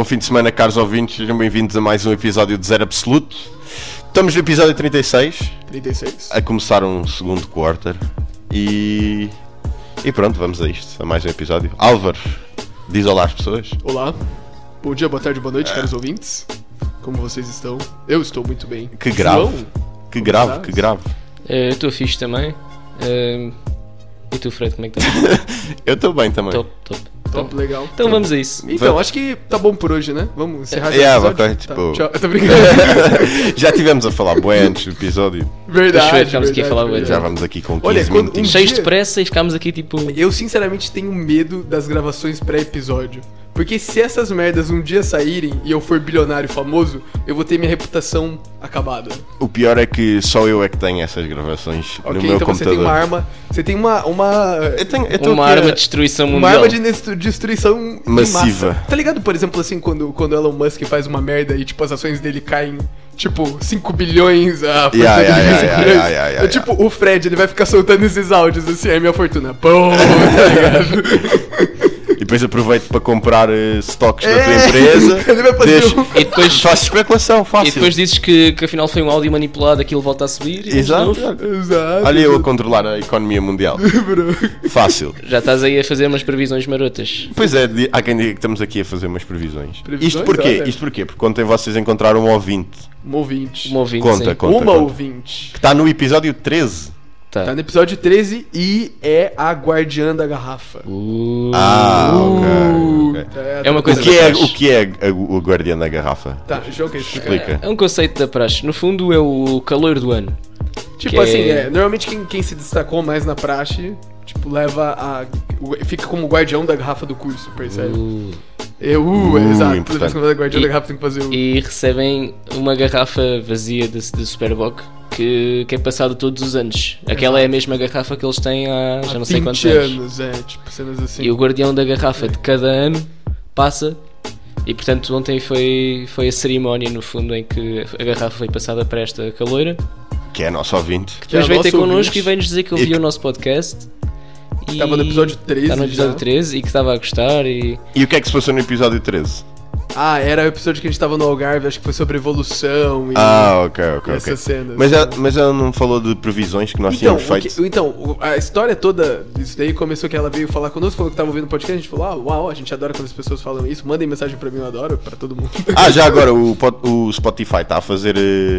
fim de semana, caros ouvintes, sejam bem-vindos a mais um episódio de Zero Absoluto. Estamos no episódio 36, a começar um segundo quarter e pronto, vamos a isto, a mais um episódio. Álvaro, diz olá às pessoas. Olá, bom dia, boa tarde, boa noite, caros ouvintes. Como vocês estão? Eu estou muito bem. Que grave, João, que grave, que grave. Eu estou fixe também. E tu, Fred, como é que estás? Eu estou bem também. Top, legal. Então vamos a isso. Então, acho que tá bom por hoje, né? Vamos encerrar esse Yeah, episódio? ok, tipo- Tchau, eu tô brincando. Já tivemos a falar bué antes do episódio. Verdade, Ficámos aqui a falar bué. Já vamos aqui com 15 Olha, quando- minutinhos. Cheios de pressa e ficámos aqui tipo. Eu sinceramente tenho medo das gravações pré-episódio. Porque se essas merdas um dia saírem e eu for bilionário famoso, eu vou ter minha reputação acabada. O pior é que só eu é que tenho essas gravações no Ok, meu então computador. você tem uma arma. Você tem uma Eu tô Uma aqui arma de destruição Uma mundial. arma de destruição em Massiva. massa. Tá ligado, por exemplo, assim, quando Elon Musk faz uma merda e, tipo, as ações dele caem, tipo, 5 bilhões a fortuna Yeah, dele yeah, vai ser yeah, grande. yeah, yeah, yeah, Tipo, o Fred, ele vai ficar soltando esses áudios, assim, é minha fortuna. Pô, tá ligado? E depois aproveito para comprar stocks da tua empresa. Ele vai fazer E depois, Faço especulação, fácil. e depois dizes que afinal foi um áudio manipulado, aquilo volta a subir. E Exato. de novo, Exato. Olha eu a controlar a economia mundial. Bro. Fácil. já estás aí a fazer umas previsões marotas. Pois é, há quem diga que estamos aqui a fazer umas previsões. Previsões, Isto porquê? olha. Isto porquê? Porque ontem vocês encontraram um ouvinte. Um ouvinte. Um ouvinte, Conta, sim. conta. Uma ouvinte. Que está no episódio 13. Tá no episódio 13 e é a guardiã da garrafa. Ok. É uma O coisa que é, da praxe. o que é o guardião da garrafa? Tá, João, quer explicar? Explica. É um conceito da praxe. No fundo é o calor do ano. Tipo Que assim, é- normalmente quem se destacou mais na praxe, tipo, fica como guardião da garrafa do curso, percebe? Exato. Toda importante. vez que eu falar guardião E- da garrafa tem que fazer o... E recebem uma garrafa vazia de Superboc que é passada todos os anos. Aquela é a mesma garrafa que eles têm há já não sei 20 quantos anos. anos, tipo, cenas assim. E o guardião da garrafa de cada ano passa. E portanto ontem foi a cerimónia no fundo em que a garrafa foi passada para esta caloira. Que é nosso ouvinte. Que é Depois o veio ter nosso connosco ouvinte. e veio-nos dizer que E ouvia que- o nosso podcast. E Estava no episódio 13 Está no episódio já. 13 e que estava a gostar e... E o que é que se passou no episódio 13? Era o episódio que a gente tava no Algarve, acho que foi sobre evolução e Ok. essas cenas. Mas ela não falou de previsões que nós tínhamos feito? A história toda disso daí começou que ela veio falar conosco, falou que tava ouvindo o podcast, a gente falou, uau, a gente adora quando as pessoas falam isso, mandem mensagem pra mim, eu adoro, pra todo mundo. Já agora o Spotify está a fazer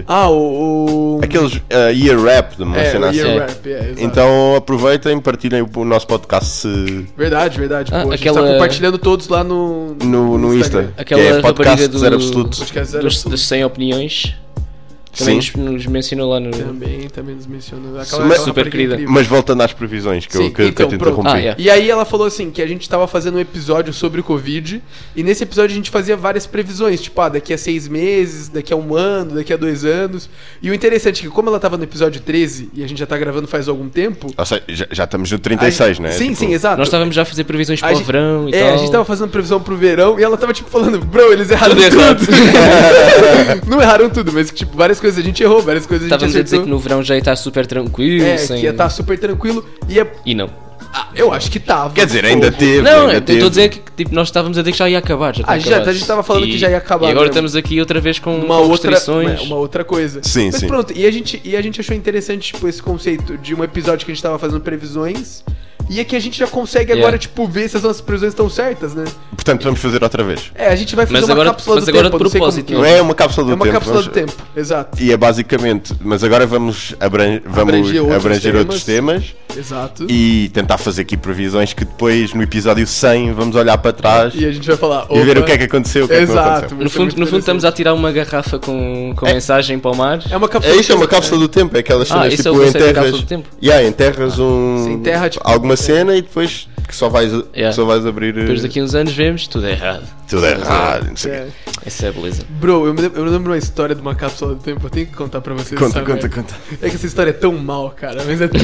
aqueles year rap de uma cena o assim. Year Rap, exato. Então aproveitem, partilhem o nosso podcast se- Verdade. Pô, a gente aquela- tá compartilhando todos lá no no Insta. Instagram. Aquela que é podcast rapariga Zero Absoluto. Podcast Zero das Absoluto. 100 opiniões também Sim. nos mencionou lá no... Também nos mencionou. Mas- super rapariga querida. incrível. Mas voltando às previsões que eu Sim, te então, pronto. interrompi. Yeah. E aí ela falou assim, que a gente tava fazendo um episódio sobre o Covid, e nesse episódio a gente fazia várias previsões, tipo, daqui a 6 meses, daqui a 1 ano, daqui a 2 anos. E o interessante é que como ela tava no episódio 13, e a gente já tá gravando faz algum tempo... Ou seja, já estamos no 36, né? Sim, Tipo, sim, exato. Nós estávamos já a fazer previsões para o gente- verão e tal. a gente tava fazendo previsão pro verão, e ela tava, tipo, falando, bro, eles erraram Tudo errado. tudo. Não erraram tudo, mas, tipo, várias coisas a gente errou, várias coisas a gente Estávamos a dizer acertou. que no verão já ia estar super tranquilo, sem... Que ia estar super tranquilo, E não. eu acho que tava. Quer dizer, ainda Pô, teve. Não, ainda eu teve. estou a dizer que tipo, nós estávamos a dizer que já ia acabar. Já, tinha já, acabado. a gente estava falando que já ia acabar E agora mesmo. estamos aqui outra vez com uma outra restrições. coisa. Sim, Mas sim. pronto, e a gente achou interessante, tipo, esse conceito de um episódio que a gente tava fazendo previsões. E aqui a gente já consegue agora, tipo, ver se as nossas previsões estão certas, né? Portanto, vamos fazer outra vez. A gente vai fazer Mas uma agora- cápsula mas do agora tempo. de não sei como propósito, que Não é uma cápsula do É uma tempo. cápsula do vamos- tempo, exato. E é basicamente. Mas agora vamos abranger outros temas Exato. e tentar fazer aqui previsões que depois, no episódio 100, vamos olhar para trás E a gente vai falar. e ver opa, o que é que aconteceu, o que é que não Exato. aconteceu. vai No ser muito fundo estamos a interessante. tirar uma garrafa com mensagem para o mar. É uma cápsula É isto, é do uma tempo, cápsula do tempo, é aquelas cenas esse é o tipo conceito da enterras. cápsula do tempo. Enterras Você enterra, tipo, alguma cena e depois que só vais abrir Depois daqui a uns anos vemos tudo é errado. tudo errado. Não sei o quê. Essa é a beleza. Bro, eu lembro uma história de uma cápsula do tempo, eu tenho que contar pra vocês. Conta, essa conta, merda. conta. É que essa história é tão mal, cara, mas é tão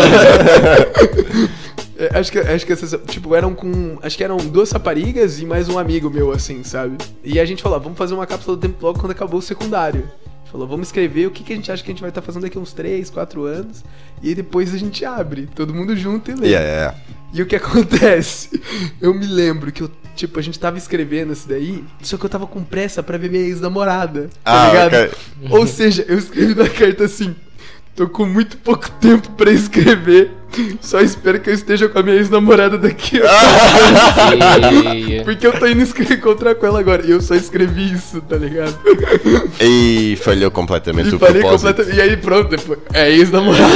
mal. Acho que essas, tipo, acho que eram 2 raparigas e mais um amigo meu, assim, sabe? E a gente falou, vamos fazer uma cápsula do tempo logo quando acabou o secundário. A gente falou, vamos escrever o que a gente acha que a gente vai estar fazendo daqui a uns 3, 4 anos. E aí depois a gente abre, todo mundo junto e lê. Yeah. E o que acontece? Eu me lembro que eu tipo, a gente tava escrevendo isso daí, só que eu tava com pressa pra ver minha ex-namorada, tá ligado? Okay. Ou seja, eu escrevi na carta assim, tô com muito pouco tempo pra escrever, só espero que eu esteja com a minha ex-namorada daqui a porque eu tô indo encontrar com ela agora, e eu só escrevi isso, tá ligado? E falhou completamente o falei propósito. E aí pronto, depois, é ex-namorada.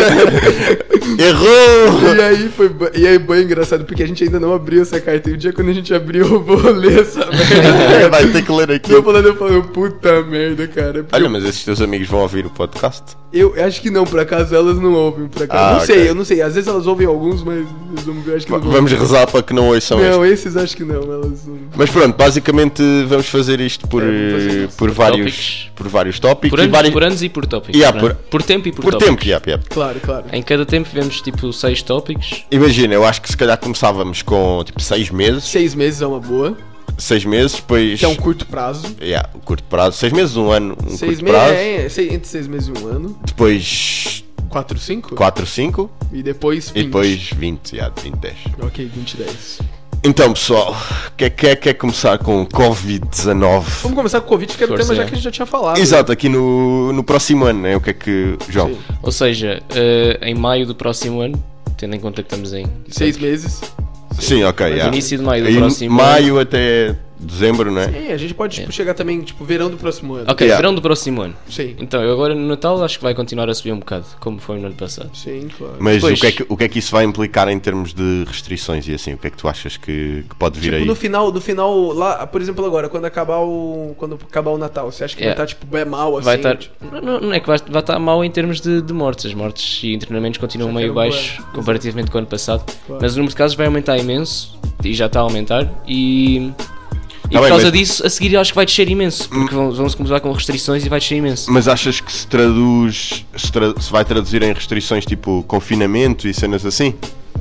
Errou! E aí foi engraçado, porque a gente ainda não abriu essa carta. E o dia quando a gente abriu, eu vou ler essa merda. Vai ter que ler aqui. Eu falei, puta merda, cara. Olha, mas esses teus amigos vão ouvir o podcast? Eu acho que não, por acaso elas não ouvem. Por acaso. Eu não sei. Às vezes elas ouvem alguns, mas vamos ver, acho que não vão. Vamos rezar para que não ouçam Não, esses acho que não. Elas não. Mas pronto, basicamente vamos fazer isto por vários tópicos. Por anos e por tópicos. Por tempo e por tópicos. Claro. Em cada tempo vemos tipo 6 tópicos. Imagina, eu acho que se calhar começávamos com tipo 6 meses. 6 meses é uma boa. 6 meses, depois... Que é um curto prazo. Curto prazo. 6 meses, um ano, curto prazo. Entre 6 meses e um ano. Depois... 4, 5? 4, 5. E depois 20. E depois 20, 20, 10. Ok, 20, 10. Então, pessoal, quer começar com Covid-19? Vamos começar com o Covid, que era o tema já que a gente já tinha falado. Exato, aqui no próximo ano, né? O que é que... João? Sim. Ou seja, em maio do próximo ano, tendo em conta que estamos em... 6 meses. Sim, ok. Início de maio do próximo maio ano. Até dezembro, não é? Sim, a gente pode chegar também, tipo, verão do próximo ano. Ok, verão do próximo ano. Sim. Então, eu agora no Natal acho que vai continuar a subir um bocado, como foi no ano passado. Sim, claro. Mas depois, o que é que isso vai implicar em termos de restrições e assim? O que é que tu achas que pode vir aí? No final, lá, por exemplo, agora, quando acabar o Natal, você acha que vai estar, tipo, mal, assim? Vai estar... Não é que vai estar mal em termos de mortes. As mortes e internamentos continuam meio baixos comparativamente com o ano passado. Claro. Mas o número de casos vai aumentar imenso, e já está a aumentar, e por causa disso, a seguir acho que vai descer imenso, porque vão-se começar com restrições e vai descer imenso. Mas achas que se vai traduzir em restrições tipo confinamento e cenas assim?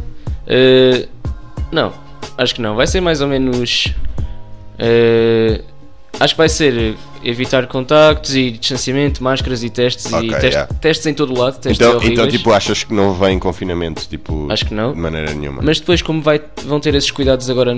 Não, acho que não. Vai ser mais ou menos... acho que vai ser evitar contactos e distanciamento, máscaras e testes, testes em todo o lado, testes horríveis. Então tipo, achas que não vem confinamento, tipo, acho que não, de maneira nenhuma. Mas depois, como vão ter esses cuidados agora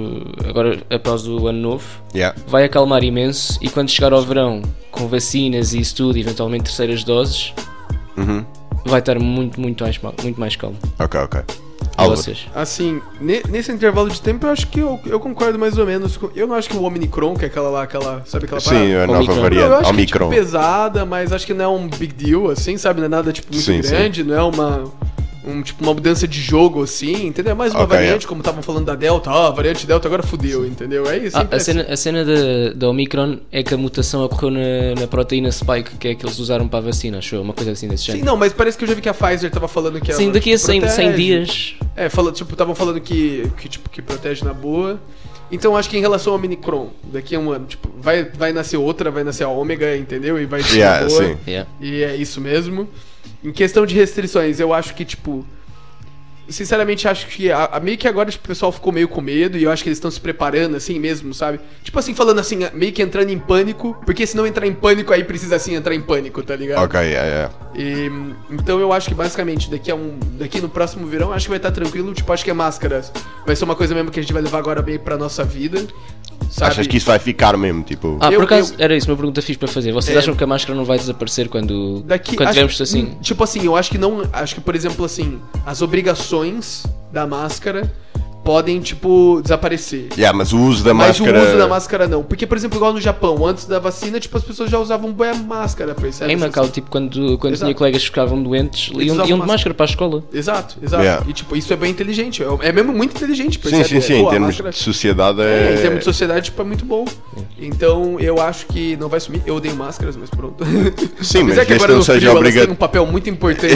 após o ano novo, vai acalmar imenso, e quando chegar ao verão, com vacinas e isso tudo, eventualmente terceiras doses, vai estar muito mais calmo. Ok. Vocês? Assim, nesse intervalo de tempo eu acho que eu concordo mais ou menos. Eu não acho que o Omicron, que é sabe aquela parada? Sim, a nova variante, eu acho Omicron. Que é, tipo, pesada, mas acho que não é um big deal, assim, sabe? Não é nada, tipo, muito grande, não é uma mudança de jogo, assim, entendeu? É mais uma variante, como estavam falando da Delta, a variante Delta agora fudeu, entendeu? É isso. A cena da Omicron é que a mutação ocorreu na proteína Spike, que é que eles usaram para a vacina, achou? Uma coisa assim desse género. Sim, não, mas parece que eu já vi que a Pfizer tava falando que sim, daqui a 100 dias. Estavam falando que protege na boa. Então acho que em relação ao Omicron, daqui a um ano, tipo, vai nascer outra, vai nascer a Ômega, entendeu? E vai ser boa. Sim. E é isso mesmo. Em questão de restrições, eu acho que, tipo... Sinceramente, acho que meio que agora tipo, o pessoal ficou meio com medo, e eu acho que eles estão se preparando assim mesmo, sabe? Tipo assim, falando assim, meio que entrando em pânico, porque se não entrar em pânico, aí precisa assim entrar em pânico, tá ligado? Ok, então eu acho que basicamente daqui no próximo verão, acho que vai estar tranquilo. Tipo, acho que a máscara vai ser uma coisa mesmo que a gente vai levar agora meio pra nossa vida, sabe? Achas que isso vai ficar mesmo, tipo... por acaso, era isso, uma pergunta fixe para fazer. Vocês acham que a máscara não vai desaparecer quando tivermos assim? Tipo assim, eu acho que não... Acho que, por exemplo, assim, as obrigações da máscara podem, tipo, desaparecer. Mas o uso da máscara... Mas o uso da máscara não. Porque, por exemplo, igual no Japão, antes da vacina, tipo, as pessoas já usavam bem a máscara, percebe? Em Macau, tipo, quando tinha colegas que ficavam doentes, iam de máscara para a escola. Exato. E, tipo, isso é bem inteligente. É mesmo muito inteligente, percebe? Sim. Em termos de sociedade em termos de sociedade, tipo, é muito bom. Então, eu acho que não vai sumir. Eu odeio máscaras, mas pronto. Sim, mas que agora não seja obrigatório. Elas têm um papel muito importante.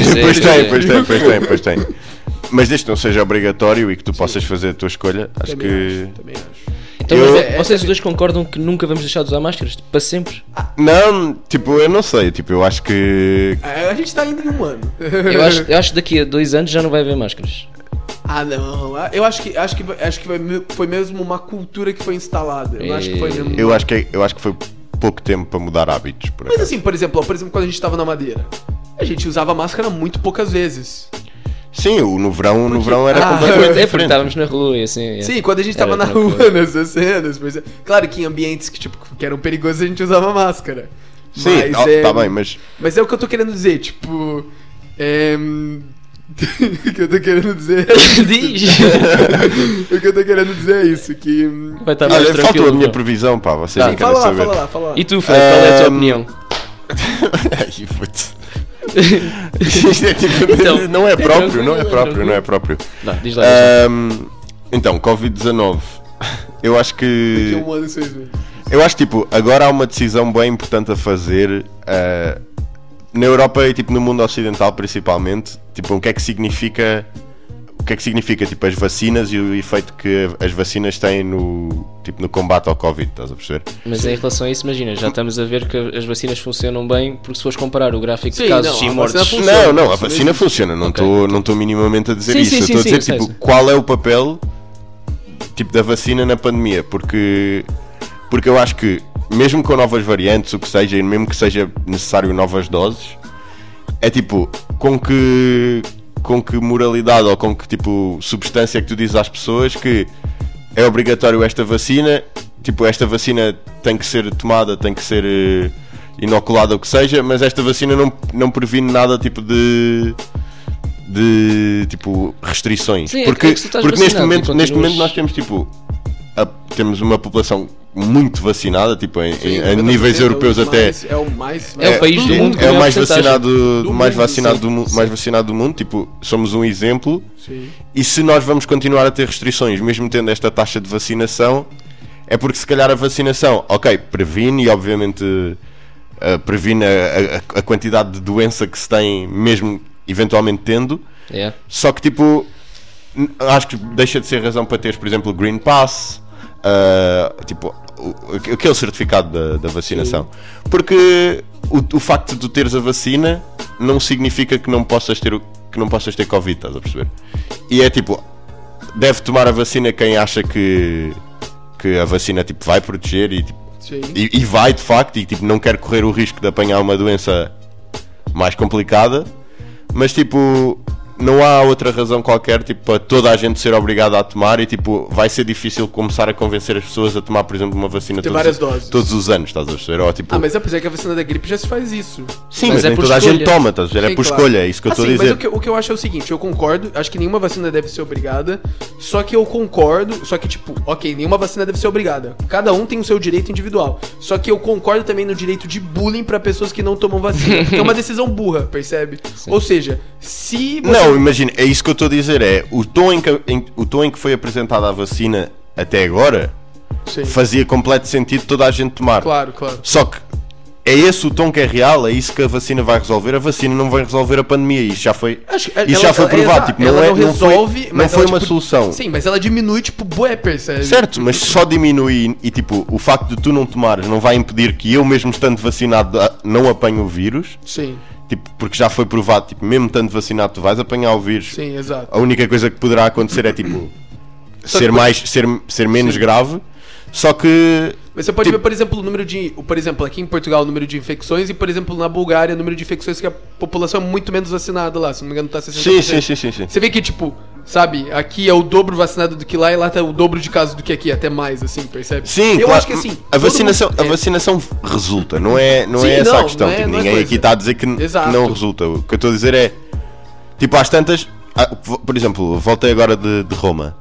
Pois tem. Mas desde que não seja obrigatório e que tu possas fazer a tua escolha, acho também que... acho. Então, vocês dois concordam que nunca vamos deixar de usar máscaras? Para sempre? Não, tipo, eu não sei. Tipo, eu acho que... A gente está indo em um ano. Eu acho que daqui a 2 anos já não vai haver máscaras. Não. Eu acho que foi mesmo uma cultura que foi instalada. Eu acho que foi mesmo... Eu acho que foi pouco tempo para mudar hábitos, Mas assim, por exemplo, quando a gente estava na Madeira, a gente usava máscara muito poucas vezes. Sim, no verão era completamente porque diferente. estávamos na rua e assim. Sim, quando a gente tava na rua nessas cenas. Claro que em ambientes que eram perigosos a gente usava máscara. Sim, tá bem, mas... Mas é o que eu tô querendo dizer, tipo... O que eu tô querendo dizer Diz! O que eu tô querendo dizer é isso, que... Vai estar mais tranquilo. Faltou a minha previsão, pá, vocês não querem saber. Fala lá. E tu, Fred, qual é a tua opinião? Ai, putz. Isto é tipo, Então, não é próprio. Diz lá. Então, Covid-19. Eu acho que... Daqui a 1 ano e 6 meses. Eu acho tipo, agora há uma decisão bem importante a fazer na Europa e tipo no mundo ocidental principalmente, tipo, o que é que significa tipo as vacinas e o efeito que as vacinas têm no combate ao Covid, estás a perceber? Mas em relação a isso, imagina, já estamos a ver que as vacinas funcionam bem, porque se fores comparar o gráfico de casos e mortes... Não, a vacina funciona, não estou minimamente a dizer isso, eu estou a dizer tipo, qual é o papel tipo da vacina na pandemia, porque eu acho que mesmo com novas variantes, o que seja, e mesmo que seja necessário novas doses, é tipo, com que moralidade ou com que tipo substância que tu dizes às pessoas que é obrigatório esta vacina, tipo, esta vacina tem que ser tomada, tem que ser inoculada, o que seja, mas esta vacina não previne nada tipo de tipo restrições. Sim, porque neste momento nós temos tipo temos uma população muito vacinada, tipo, a níveis europeus até. É o mais é o país do mundo que é o mais vacinado do mundo, tipo, somos um exemplo. Sim. E se nós vamos continuar a ter restrições, mesmo tendo esta taxa de vacinação, é porque se calhar a vacinação, ok, previne e obviamente previne a quantidade de doença que se tem, mesmo eventualmente tendo. Yeah. Só que tipo, acho que deixa de ser razão para teres, por exemplo, o Green Pass, tipo, aquele certificado da vacinação. Sim. Porque o facto de tu teres a vacina não significa que não possas ter Covid, estás a perceber? E é tipo, deve tomar a vacina quem acha que a vacina tipo, vai proteger e vai de facto, e tipo, não quer correr o risco de apanhar uma doença mais complicada, mas tipo, não há outra razão qualquer tipo, para toda a gente ser obrigada a tomar, e tipo, vai ser difícil começar a convencer as pessoas a tomar, por exemplo, uma vacina todos os anos, estás a perceber? Ou, tipo... mas apesar que a vacina da gripe já se faz isso. Sim, mas nem toda a gente toma, estás a ver? É por escolha, é isso que eu estou a dizer. Mas o que eu acho é o seguinte, eu concordo, acho que nenhuma vacina deve ser obrigada, só que eu concordo, só que tipo, ok, nenhuma vacina deve ser obrigada, cada um tem o seu direito individual, só que eu concordo também no direito de bullying pra pessoas que não tomam vacina, que é uma decisão burra, percebe? Sim. Ou seja, se você... Não, imagina, é isso que eu estou a dizer, é o tom em que foi apresentada a vacina até agora. Sim. Fazia completo sentido toda a gente tomar. Claro. Só que é esse o tom que é real, é isso que a vacina vai resolver. A vacina não vai resolver a pandemia, isso já foi provado. Tipo, não foi uma solução. Sim, mas ela diminui, tipo, bué, percebe? Certo, mas só diminui e tipo, o facto de tu não tomares não vai impedir que eu, mesmo estando vacinado, não apanhe o vírus. Sim. Tipo, porque já foi provado, tipo, mesmo estando vacinado tu vais apanhar o vírus. Sim, exato. A única coisa que poderá acontecer é tipo ser menos grave. Só que... Mas você pode ver, por exemplo, o número de... Por exemplo, aqui em Portugal, o número de infecções, e, por exemplo, na Bulgária, o número de infecções que a população é muito menos vacinada lá. Se não me engano, tá 60%. Sim. Você vê que, tipo, sabe, aqui é o dobro vacinado do que lá, e lá tá o dobro de casos do que aqui, até mais, assim, percebe? Sim, eu claro. acho que assim... A vacinação resulta, não é essa a questão. Tipo, ninguém aqui está a dizer que não resulta. O que eu estou a dizer é... Tipo, às tantas... Por exemplo, voltei agora de Roma.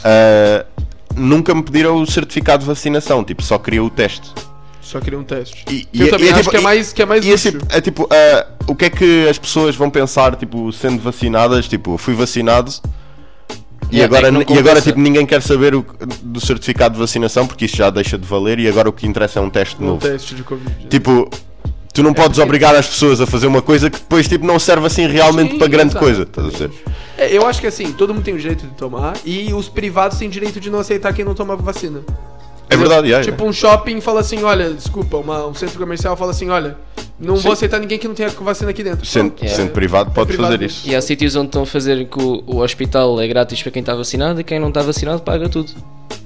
Nunca me pediram o certificado de vacinação, tipo, só queria o teste. Só queria um teste. Eu também acho que é mais útil. É tipo, o que é que as pessoas vão pensar, tipo, sendo vacinadas, tipo, fui vacinado e agora tipo, ninguém quer saber do certificado de vacinação porque isso já deixa de valer e agora o que interessa é um teste novo. Um teste de Covid. Tipo, tu não podes obrigar as pessoas a fazer uma coisa que depois tipo, não serve assim realmente para grande coisa, estás a dizer? Eu acho que assim, todo mundo tem o direito de tomar e os privados têm direito de não aceitar quem não toma vacina. É verdade, Tipo, um shopping fala assim, olha, desculpa, um centro comercial fala assim, olha, não vou aceitar ninguém que não tenha vacina aqui dentro. Sendo privado, pode fazer isso. E há sítios onde estão a fazer que o hospital é grátis para quem está vacinado e quem não está vacinado paga tudo.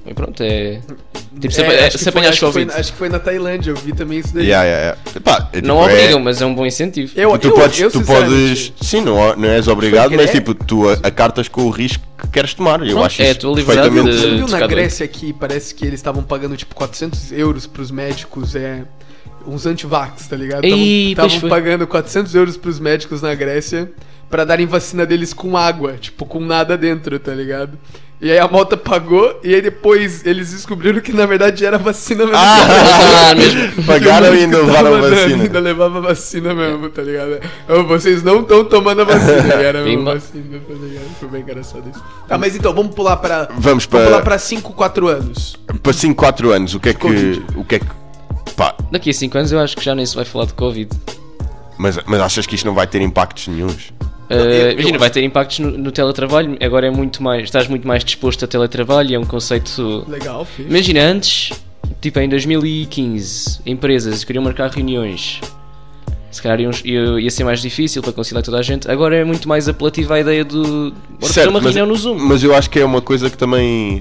E pronto, tipo, se apanhas Covid. Acho que foi na Tailândia, eu vi também isso daí. Epá, não obrigam, mas é um bom incentivo. Tu podes, sim, não és obrigado, mas tipo, tu acartas com o risco que queres tomar. Eu acho é a tua liberdade. Você viu na Grécia que parece que eles estavam pagando tipo 400 euros pros médicos, uns anti-vax, tá ligado? Estavam pagando 400 euros pros médicos na Grécia pra darem vacina deles com água, tipo, com nada dentro, tá ligado? E aí a Malta pagou, e aí depois eles descobriram que na verdade era vacina mesmo. Pagaram e ainda levaram a vacina. Ainda levava vacina mesmo, tá ligado? Vocês não estão tomando a vacina. E era mesmo vacina, tá ligado? Foi bem engraçado isso. Tá, mas então, vamos pular pra... Vamos pular pra 5, 4 anos. Pra 5, 4 anos, o que é que... Pá. Daqui a 5 anos eu acho que já nem se vai falar de Covid. Mas achas que isto não vai ter impactos nenhuns? Imagina, vai ter impactos no teletrabalho. Agora estás muito mais disposto a teletrabalho. É um conceito legal, fixe. Imagina, antes, tipo em 2015, empresas queriam marcar reuniões, se calhar ia ser mais difícil para conciliar toda a gente. Agora é muito mais apelativa a ideia de fazer uma reunião no Zoom. Mas eu acho que é uma coisa que também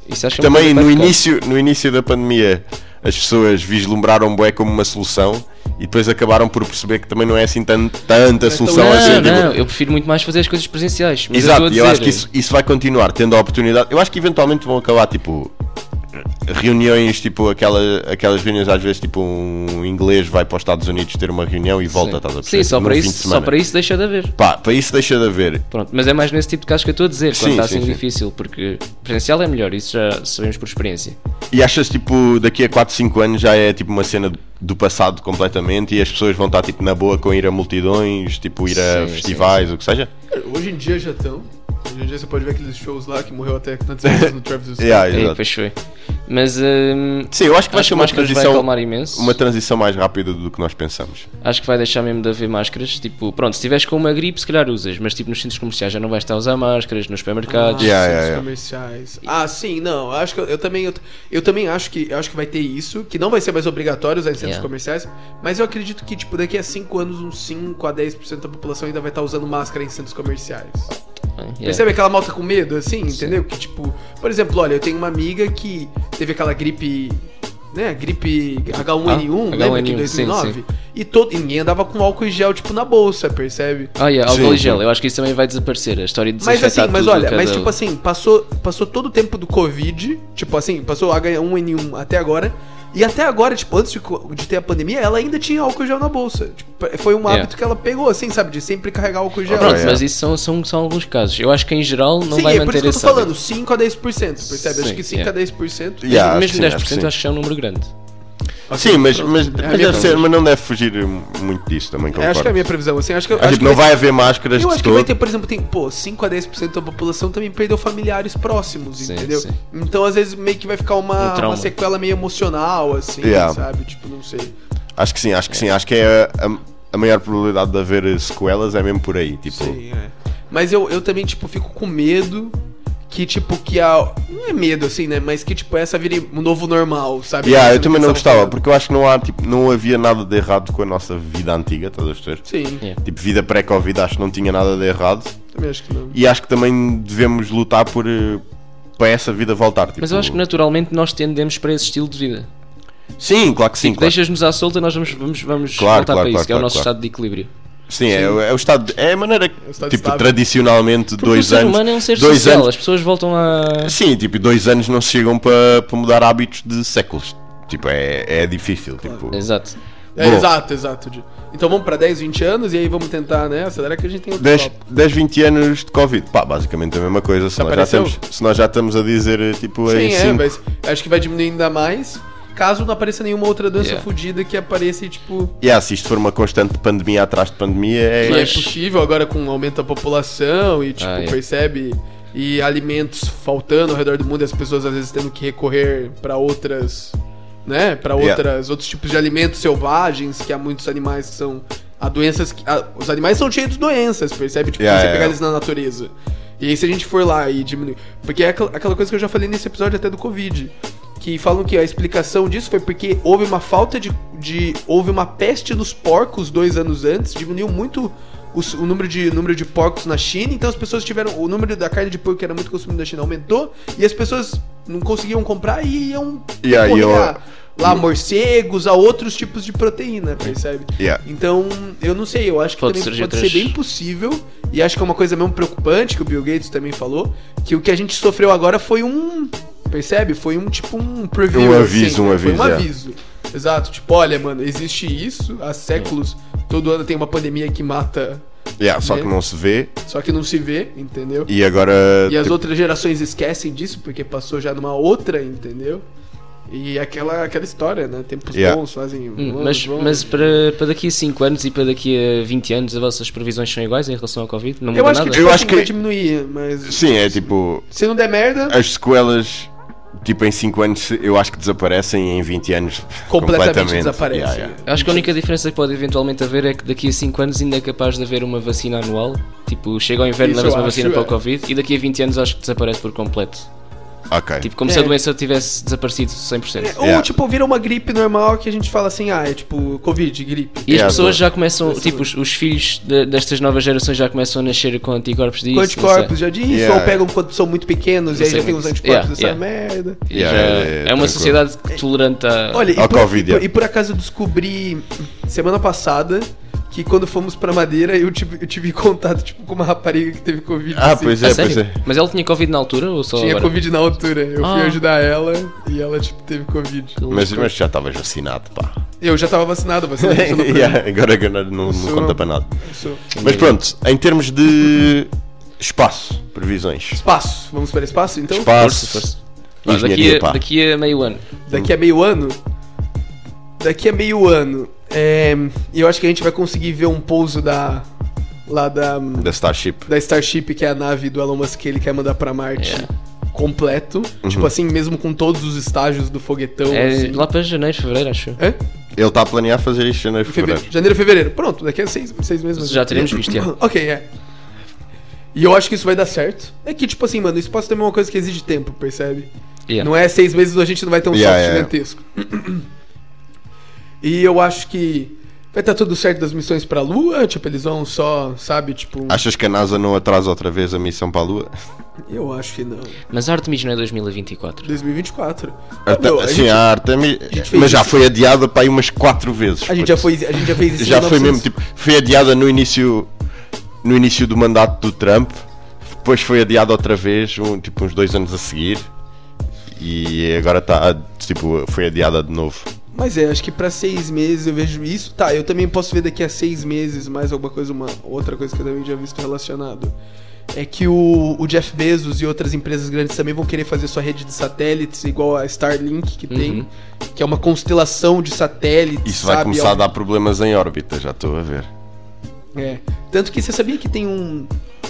no início da pandemia as pessoas vislumbraram bué como uma solução e depois acabaram por perceber que também não é assim tanta solução assim. Não, eu prefiro muito mais fazer as coisas presenciais. Mas exato, eu acho que isso vai continuar tendo a oportunidade. Eu acho que eventualmente vão acabar tipo reuniões, tipo aquelas reuniões às vezes, tipo um inglês vai para os Estados Unidos ter uma reunião e volta, estás a perceber? Sim, só para isso deixa de haver. Para isso deixa de haver. Pronto, mas é mais nesse tipo de casos que eu estou a dizer, quando está assim difícil, porque presencial é melhor, isso já sabemos por experiência. E achas tipo daqui a 4, 5 anos já é tipo uma cena do passado completamente e as pessoas vão estar tipo na boa com ir a multidões, tipo ir a festivais, o que seja? Hoje em dia já estão. Hoje em dia você pode ver aqueles shows lá que morreu até tantas vezes no Travis Scott. Pois foi. Mas sim, eu acho que vai ser uma transição mais rápida do que nós pensamos. Acho que vai deixar mesmo de haver máscaras. Tipo, pronto, se estiveres com uma gripe, se calhar usas, mas tipo nos centros comerciais já não vais estar a usar máscaras, nos supermercados. Centros comerciais. Sim, não. Acho que eu também acho que vai ter isso, que não vai ser mais obrigatório usar em centros comerciais, mas eu acredito que tipo daqui a 5 anos uns 5 a 10% da população ainda vai estar usando máscara em centros comerciais. Percebe aquela malta com medo, assim, entendeu? Que tipo, por exemplo, olha, eu tenho uma amiga que teve aquela gripe, né? Gripe H1N1, lembra que em 2009? Sim. E ninguém andava com álcool em gel, tipo, na bolsa, percebe? Álcool em gel, eu acho que isso também vai desaparecer, a história de desinfetar mas olha, tipo assim, passou todo o tempo do Covid, tipo assim, passou H1N1 até agora. E até agora, tipo, antes de ter a pandemia, ela ainda tinha álcool gel na bolsa. Tipo, foi um hábito que ela pegou, assim, sabe? De sempre carregar álcool gel. Pronto, mas isso são alguns casos. Eu acho que em geral não vai manter esse hábito. Sim, é por isso que eu tô falando, 5 a 10%, percebe? Acho que 5 a 10%. Mesmo 10% acho que é um número grande. Sim, mas não deve fugir muito disso também. Acho que é a minha previsão. Assim, acho que não vai haver máscaras. Eu acho que vai ter, por exemplo, 5 a 10% da população também perdeu familiares próximos, entendeu? Sim. Então, às vezes, meio que vai ficar uma sequela meio emocional, assim, sabe? Tipo, não sei. Acho que sim. Acho que é a maior probabilidade de haver sequelas é mesmo por aí. Tipo... Sim, Mas eu também, tipo, fico com medo que, tipo, não é medo, assim, né? Mas que, tipo, essa vire um novo normal, sabe? Eu também não gostava, porque eu acho que não havia nada de errado com a nossa vida antiga, estás a ver? Sim. Tipo, vida pré-Covid, acho que não tinha nada de errado. Também acho que não. E acho que também devemos lutar para essa vida voltar. Tipo... Mas eu acho que naturalmente nós tendemos para esse estilo de vida. Sim, claro que sim. Tipo, deixas-nos à solta, nós vamos voltar para isso, que é o nosso estado de equilíbrio. Sim, é o estado. É a maneira que, tipo, estável. Tradicionalmente, porque 2 anos. O ser humano é um ser social, as pessoas voltam a. Sim, tipo, 2 anos não se chegam para mudar hábitos de séculos. Tipo, é difícil. Claro. Tipo... Exato. Exato. Então vamos para 10, 20 anos e aí vamos tentar, né? Acelerar que a gente tem outro 10, 20 anos de Covid. Basicamente a mesma coisa. Se nós já estamos a dizer, tipo, sim, mas acho que vai diminuir ainda mais. Caso não apareça nenhuma outra doença fodida que apareça e tipo... se isto for uma constante pandemia atrás de pandemia... É possível agora com o aumento da população e tipo, percebe... E alimentos faltando ao redor do mundo e as pessoas às vezes tendo que recorrer para outras... Né? Para outros tipos de alimentos selvagens, que há muitos animais que são... os animais são cheios de doenças, percebe? Tipo, você pegar eles na natureza. E aí se a gente for lá e diminuir... Porque é aquela coisa que eu já falei nesse episódio até do Covid... Que falam que a explicação disso foi porque houve uma falta houve uma peste nos porcos 2 anos antes, diminuiu muito o número de porcos na China, então as pessoas tiveram... O número da carne de porco que era muito consumida na China aumentou, e as pessoas não conseguiam comprar e iam lá morcegos, a outros tipos de proteína, percebe? Então, eu não sei, eu acho que pode ser bem possível, e acho que é uma coisa mesmo preocupante, que o Bill Gates também falou, que o que a gente sofreu agora foi percebe? Foi um preview. Um aviso. Foi um aviso. Exato, tipo, olha, mano, existe isso há séculos, todo ano tem uma pandemia que mata... só que não se vê. Só que não se vê, entendeu? E agora... E as outras gerações esquecem disso, porque passou já numa outra, entendeu? E aquela história, né? Tempos bons fazem... Mas para daqui a 5 anos e para daqui a 20 anos, as vossas previsões são iguais em relação ao Covid? Não muda nada? Eu acho que vai diminuir, mas... Sim, é tipo... Se não der merda... As sequelas... Tipo, em 5 anos eu acho que desaparecem, em 20 anos completamente desaparecem. Acho que a única diferença que pode eventualmente haver é que daqui a 5 anos ainda é capaz de haver uma vacina anual. Tipo, chega ao inverno, leva-se uma vacina para o Covid, e daqui a 20 anos acho que desaparece por completo. Tipo, como se a doença tivesse desaparecido 100%. Ou tipo, vira uma gripe normal que a gente fala assim, é tipo Covid, gripe. E as pessoas já começam, tipo, os filhos destas novas gerações já começam a nascer com anticorpos disso. Com anticorpos já disso, ou pegam quando são muito pequenos e aí já tem os anticorpos dessa merda. É uma sociedade tolerante ao Covid. E por acaso eu descobri semana passada que quando fomos pra Madeira eu tive contato tipo, com uma rapariga que teve Covid. Pois é. Mas ela tinha Covid na altura ou só Tinha agora? Covid na altura. Eu fui ajudar ela e ela tipo, teve Covid. Mas já estavas vacinado, pá. Eu já estava vacinado. Agora não conta para nada. Mas pronto, em termos de espaço, previsões. Espaço. Vamos para espaço então? Espaço. Daqui a meio ano. Daqui a meio ano. Eu acho que a gente vai conseguir ver um pouso da Starship. Da Starship, que é a nave do Elon Musk que ele quer mandar pra Marte. Completo. Tipo assim, mesmo com todos os estágios do foguetão. Assim. Lá para janeiro, fevereiro, acho. Ele está a planear fazer isto em janeiro, fevereiro. Janeiro, fevereiro. Pronto, daqui a 6 meses. Já teremos visto, Ok, E eu acho que isso vai dar certo. É que, tipo assim, mano, o espaço também é uma coisa que exige tempo, percebe? Não é 6 meses a gente não vai ter um salto gigantesco. E eu acho que vai estar tudo certo das missões pra Lua. Tipo, eles vão só, sabe, tipo... Achas que a NASA não atrasa outra vez a missão para a Lua? Eu acho que não. Mas a Artemis não é 2024? 2024. Sim, a Artemis... Mas já foi adiada para aí umas 4 vezes. A gente já fez isso. Já foi mesmo, tipo... Foi adiada no início do mandato do Trump. Depois foi adiada outra vez, uns 2 anos a seguir. E agora está, tipo, foi adiada de novo. Mas acho que pra 6 meses eu vejo isso. Tá, eu também posso ver daqui a 6 meses mais alguma coisa, outra coisa que eu também já visto relacionado. É que o Jeff Bezos e outras empresas grandes também vão querer fazer sua rede de satélites, igual a Starlink que tem, que é uma constelação de satélites. Isso vai começar a dar problemas em órbita, já estou a ver. Tanto que você sabia que tem um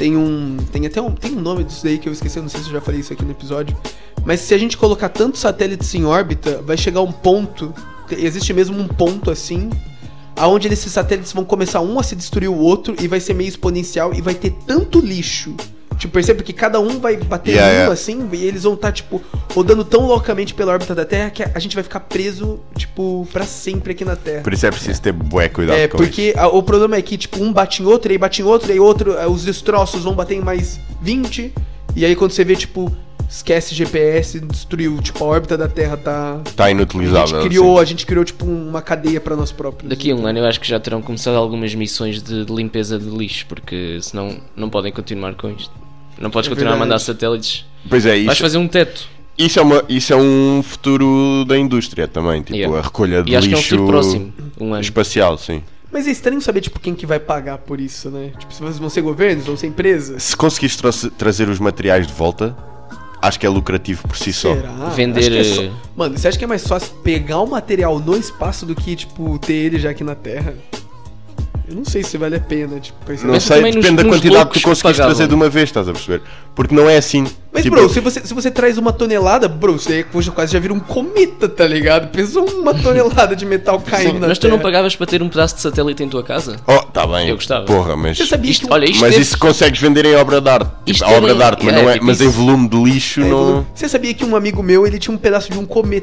nome disso daí que eu esqueci, eu não sei se eu já falei isso aqui no episódio. Mas se a gente colocar tantos satélites em órbita, vai chegar um ponto, existe mesmo um ponto assim, aonde esses satélites vão começar um a se destruir o outro e vai ser meio exponencial e vai ter tanto lixo. Tipo, percebe que cada um vai bater assim, e eles vão estar, tipo, rodando tão loucamente pela órbita da Terra que a gente vai ficar preso, tipo, pra sempre aqui na Terra. Por isso é preciso ter bué cuidado com porque isso. O problema é que, tipo, um bate em outro, e aí bate em outro, e aí outro, os destroços vão bater em mais 20, e aí quando você vê, tipo, esquece GPS, destruiu, tipo, a órbita da Terra tá inutilizável. A gente criou, tipo, uma cadeia pra nós próprios. Daqui a um ano eu acho que já terão começado algumas missões de limpeza de lixo, porque senão não podem continuar com isto. Não podes continuar a mandar satélites. Pois é, isso. Vais fazer um teto. Isso é um futuro da indústria também, tipo, a recolha de lixo. E acho que é um futuro próximo, um ano. Espacial, sim. Mas é estranho saber, tipo, quem que vai pagar por isso, né? Tipo, se vão ser governos, vão ser empresas. Se conseguires trazer os materiais de volta, acho que é lucrativo por si só. Será? Vender... Mano, você acha que é mais fácil pegar o material no espaço do que, tipo, ter ele já aqui na Terra? Eu não sei se vale a pena, tipo... Não sei, depende da quantidade que tu conseguires trazer de uma vez, estás a perceber? Porque não é assim... Mas, tipo, bro, se você traz 1 tonelada, bro, você quase já vira um cometa, tá ligado? Pesou 1 tonelada de metal caindo na Terra. Mas tu não pagavas para ter um pedaço de satélite em tua casa? Oh, tá bem. Eu gostava. Porra, mas... Você sabia mas isso consegues vender em obra de arte. Tipo, a obra de arte, mas, não é, mas em volume de lixo não... Você sabia que um amigo meu, ele tinha um pedaço de um cometa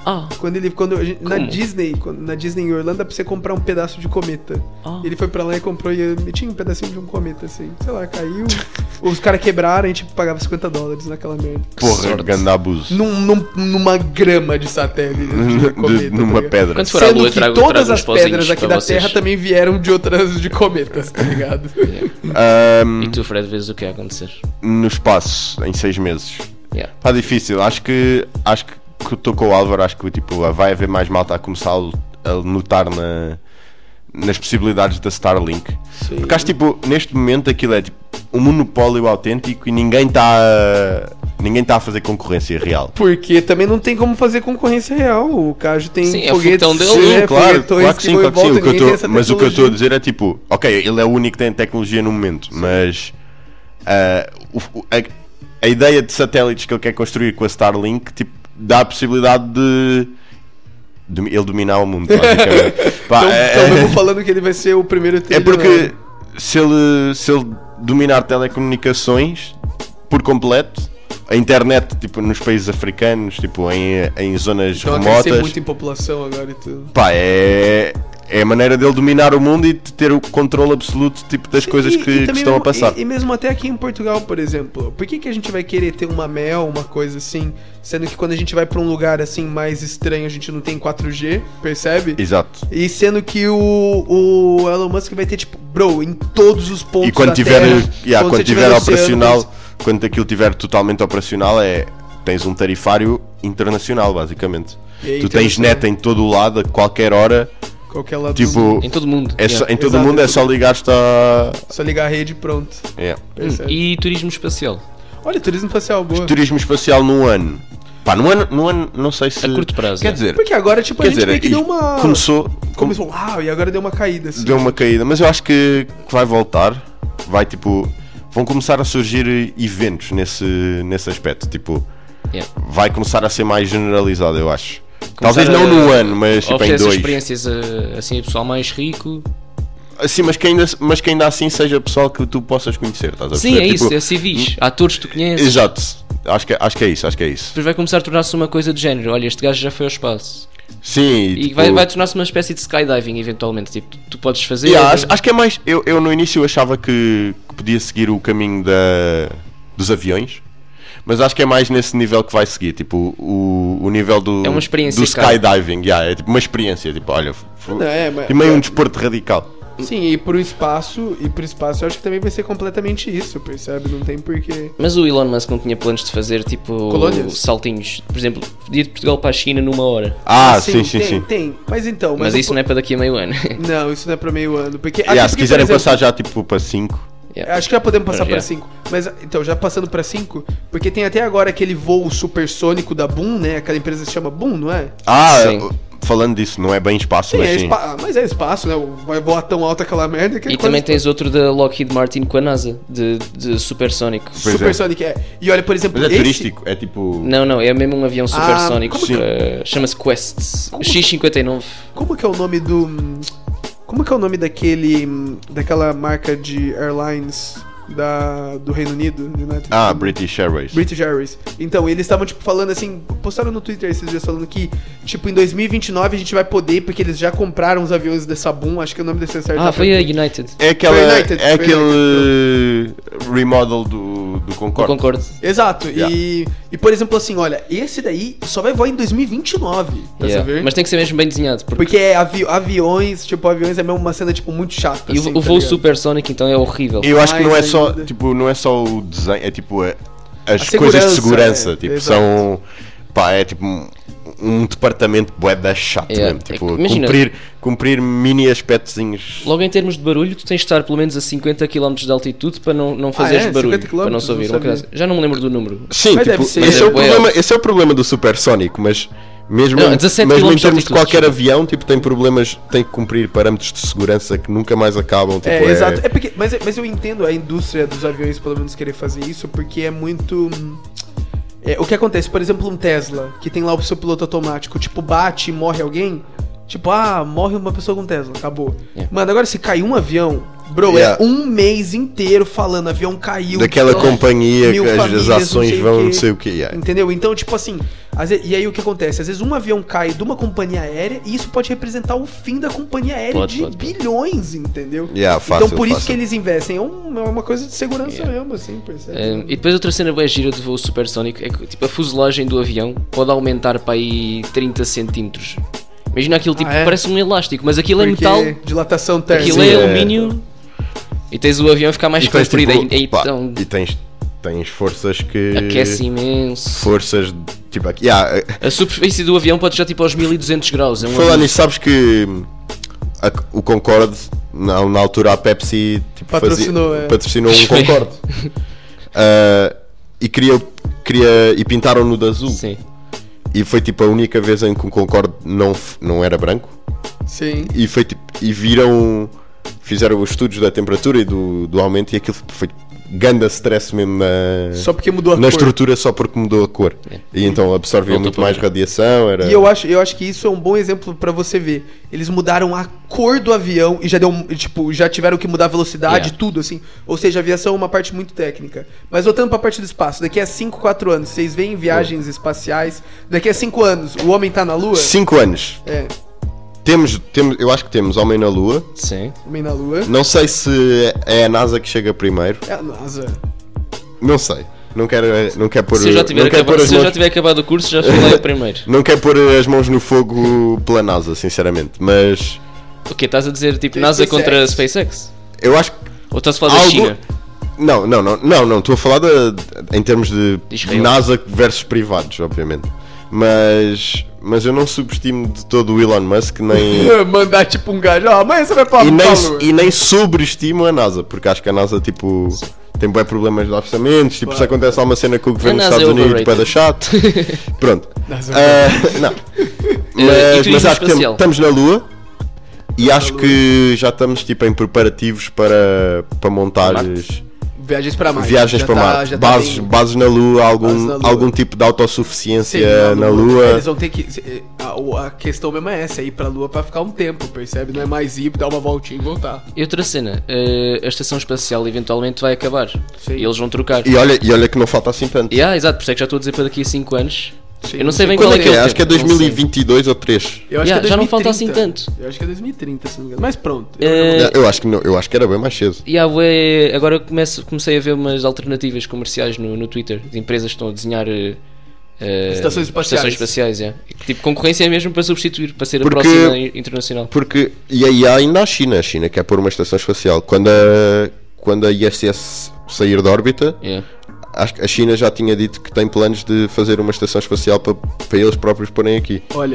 Na Disney em Orlando dá pra você comprar um pedaço de cometa. Ele foi pra lá e comprou e tinha um pedacinho de um cometa, assim. Sei lá, caiu. Os caras quebraram e a gente pagava $50 naquela merda. Porra, grande abuso. Numa grama de satélite. Numa pedra. Quando for a Lua, Sendo que todas as pedras aqui da Terra também vieram de outras de cometas, tá ligado? E tu, Fred, vês o que ia acontecer? No espaço, em 6 meses. Tá difícil. Acho que estou com o Álvaro. Acho que tipo, vai haver mais malta a começar a notar nas possibilidades da Starlink. Sim. Porque acho tipo, neste momento aquilo é tipo um monopólio autêntico e ninguém está a fazer concorrência real. Porque também não tem como fazer concorrência real. O Cajo tem foguetes dele. Claro que sim. Mas o que eu estou a dizer é tipo, ok, ele é o único que tem tecnologia no momento, mas a ideia de satélites que ele quer construir com a Starlink tipo, dá a possibilidade de ele dominar o mundo, basicamente. Então eu vou falando que ele vai ser o primeiro a ter. É porque se ele dominar telecomunicações por completo, a internet tipo, nos países africanos, tipo, em zonas remotas. Vai crescer muito em população agora e tudo. É a maneira dele dominar o mundo e de ter o controle absoluto tipo, das coisas que estão a passar. E mesmo até aqui em Portugal, por exemplo. Por que a gente vai querer ter uma Mel, uma coisa assim, sendo que quando a gente vai pra um lugar assim mais estranho, a gente não tem 4G, percebe? Exato. E sendo que o Elon Musk vai ter, tipo, bro, em todos os pontos e quando da tiver, Terra, quando tiver operacional, quando aquilo estiver totalmente operacional, tens um tarifário internacional, basicamente. Tu tens net em todo o lado, a qualquer hora. Qualquer lado tipo, em todo mundo. Em todo o mundo é só ligar-te a... Só ligar a rede e pronto. E turismo espacial? Olha, turismo espacial, boa. Turismo espacial num ano. No ano, não sei se... A curto prazo. Quer dizer... Porque agora, tipo, a gente vê que deu uma... Começou, uau, e agora deu uma caída, assim. Deu uma caída, mas eu acho que vai voltar. Vai, tipo... Vão começar a surgir eventos nesse aspecto. Tipo... Vai começar a ser mais generalizado, eu acho. Talvez não no ano, mas tipo, em 2. Experiências assim a pessoal mais rico. Sim, mas que ainda assim seja pessoal que tu possas conhecer, estás a perceber? Sim, é tipo, isso, é civis, atores que tu conheces. Exato, acho que é isso. Depois vai começar a tornar-se uma coisa do género, olha, este gajo já foi ao espaço. Sim. E tipo, vai tornar-se uma espécie de skydiving eventualmente, tipo, tu podes fazer... Acho que é mais, eu no início achava que podia seguir o caminho dos aviões. Mas acho que é mais nesse nível que vai seguir, tipo, o nível do skydiving, é tipo uma experiência, tipo, olha, e meio um desporto radical. Sim, e pro espaço eu acho que também vai ser completamente isso, percebe? Não tem porquê. Mas o Elon Musk não tinha planos de fazer, tipo, saltinhos, por exemplo, de Portugal para a China numa hora. Sim. Tem, mas então... Mas isso não é para daqui a meio ano. Não, isso não é para meio ano, porque... se quiserem passar já, tipo, para 5... Acho que já podemos passar para 5. Mas então, já passando para 5, porque tem até agora aquele voo supersônico da Boom, né? Aquela empresa se chama Boom, não é? Sim. Falando disso, não é bem espaço, mas sim. Mas é espaço, né? Vai voar tão alto aquela merda que... E também tens outro da Lockheed Martin com a NASA, de supersônico. Supersônico, E olha, por exemplo... Mas é turístico, é tipo... Não, é mesmo um avião supersônico. Chama-se Quest. X-59. Como que é o nome do... Como que é o nome daquela marca de airlines do Reino Unido? British Airways. British Airways. Então, eles estavam, tipo, falando assim, postaram no Twitter esses dias falando que, tipo, em 2029 a gente vai poder, porque eles já compraram os aviões dessa Boom, acho que o nome desse é certo. Foi a United. É aquele remodel do Concorde. Do Concorde. Exato. E, por exemplo, assim, olha, esse daí só vai voar em 2029, tá sabendo? Mas tem que ser mesmo bem desenhado. Porque aviões é mesmo uma cena, tipo, muito chata. E assim, o voo supersônico, então, é horrível. Eu acho que não é só... Tipo, não é só o desenho, é tipo as coisas de segurança, tipo, são é tipo um departamento bué da chato mesmo, tipo, imagina, cumprir mini aspectozinhos. Logo em termos de barulho, tu tens de estar pelo menos a 50 km de altitude para não fazeres barulho, para não se ouvir. Já não me lembro do número. Sim, tipo, esse é o problema do supersónico, mas mesmo em termos de qualquer avião, tipo, tem problemas, tem que cumprir parâmetros de segurança que nunca mais acabam. Tipo, exato. Mas eu entendo a indústria dos aviões, pelo menos, querer fazer isso, porque é muito... o que acontece, por exemplo, um Tesla, que tem lá o seu piloto automático, tipo, bate e morre alguém, tipo, morre uma pessoa com Tesla, acabou. Mano, agora se cair um avião... Bro, é um mês inteiro falando, avião caiu. Daquela companhia que as ações vão não sei o que. Entendeu? Então, tipo assim, E aí o que acontece? Às vezes um avião cai de uma companhia aérea e isso pode representar o fim da companhia aérea bilhões, entendeu? Fácil, então por isso fácil. que eles investem. É uma coisa de segurança mesmo, assim, percebe? E depois outra cena bem gira de voo supersónico é que tipo, a fuselagem do avião pode aumentar para aí 30 centímetros. Imagina aquilo, tipo, parece um elástico, mas aquilo Porque é metal. Dilatação térmica. Aquilo é alumínio. E tens o avião a ficar mais comprido. Tipo, e tens forças que... Aquece imenso. Forças, tipo, aqui... A superfície do avião pode chegar tipo aos 1200 graus. Falando nisso, sabes que o Concorde, na altura a Pepsi tipo, patrocinou um Concorde. E pintaram-no de azul. Sim. E foi tipo a única vez em que o Concorde não era branco. Sim. E foi tipo, fizeram os estudos da temperatura e do aumento, e aquilo foi ganda stress mesmo só porque mudou a na cor. Estrutura, só porque mudou a cor. E então absorvia muito mais radiação. E eu acho que isso é um bom exemplo pra você ver. Eles mudaram a cor do avião e já tiveram que mudar a velocidade, tudo assim. Ou seja, a aviação é uma parte muito técnica. Mas voltando pra parte do espaço, daqui a 5, 4 anos, vocês veem viagens espaciais. Daqui a 5 anos, o homem tá na Lua? 5 anos. Eu acho que temos Homem na Lua. Sim. Homem na Lua. Não sei se é a NASA que chega primeiro. É a NASA. Não sei. Não quero pôr. Se eu já tiver acabado o curso, já fui lá primeiro. Não quero pôr as mãos no fogo pela NASA, sinceramente. Mas. O que estás a dizer? Tipo NASA contra SpaceX? Eu acho que. Ou estás a falar da China? Não. Estou a falar em termos de NASA versus privados, obviamente. Mas eu não subestimo de todo o Elon Musk, nem... Mandar tipo um gajo, amanhã você vai pra Lua. E nem sobreestimo a NASA, porque acho que a NASA, tipo, tem bem problemas de orçamentos, tipo, se acontece alguma cena com o governo dos Estados Unidos, para dar chato. Pronto. Não. Mas acho que estamos na Lua, e acho que já estamos, tipo, em preparativos para montar... Viagens para Marte. Viagens para Marte. Bases na Lua, algum tipo de autossuficiência na Lua. Eles vão ter que. A questão mesmo é essa, é ir pra Lua pra ficar um tempo, percebe? Não é mais ir, dar uma voltinha e voltar. E outra cena, a estação espacial eventualmente vai acabar. Sim. E eles vão trocar. E olha que não falta assim tanto. Exato, por isso é que já estou a dizer para daqui a 5 anos. Sim, eu não sei bem qual é que é. Acho que é 2022 ou 3. Eu acho que é 2030. Já não falta assim tanto. Eu acho que é 2030, se não me engano. Mas pronto. Eu acho que era bem mais cedo. Agora comecei a ver umas alternativas comerciais no Twitter de empresas que estão a desenhar estações espaciais. Tipo, concorrência mesmo para substituir, para ser a próxima internacional. E aí há ainda a China quer pôr uma estação espacial. Quando a ISS sair da órbita, acho que a China já tinha dito que tem planos de fazer uma estação espacial para eles próprios porem aqui. Olha,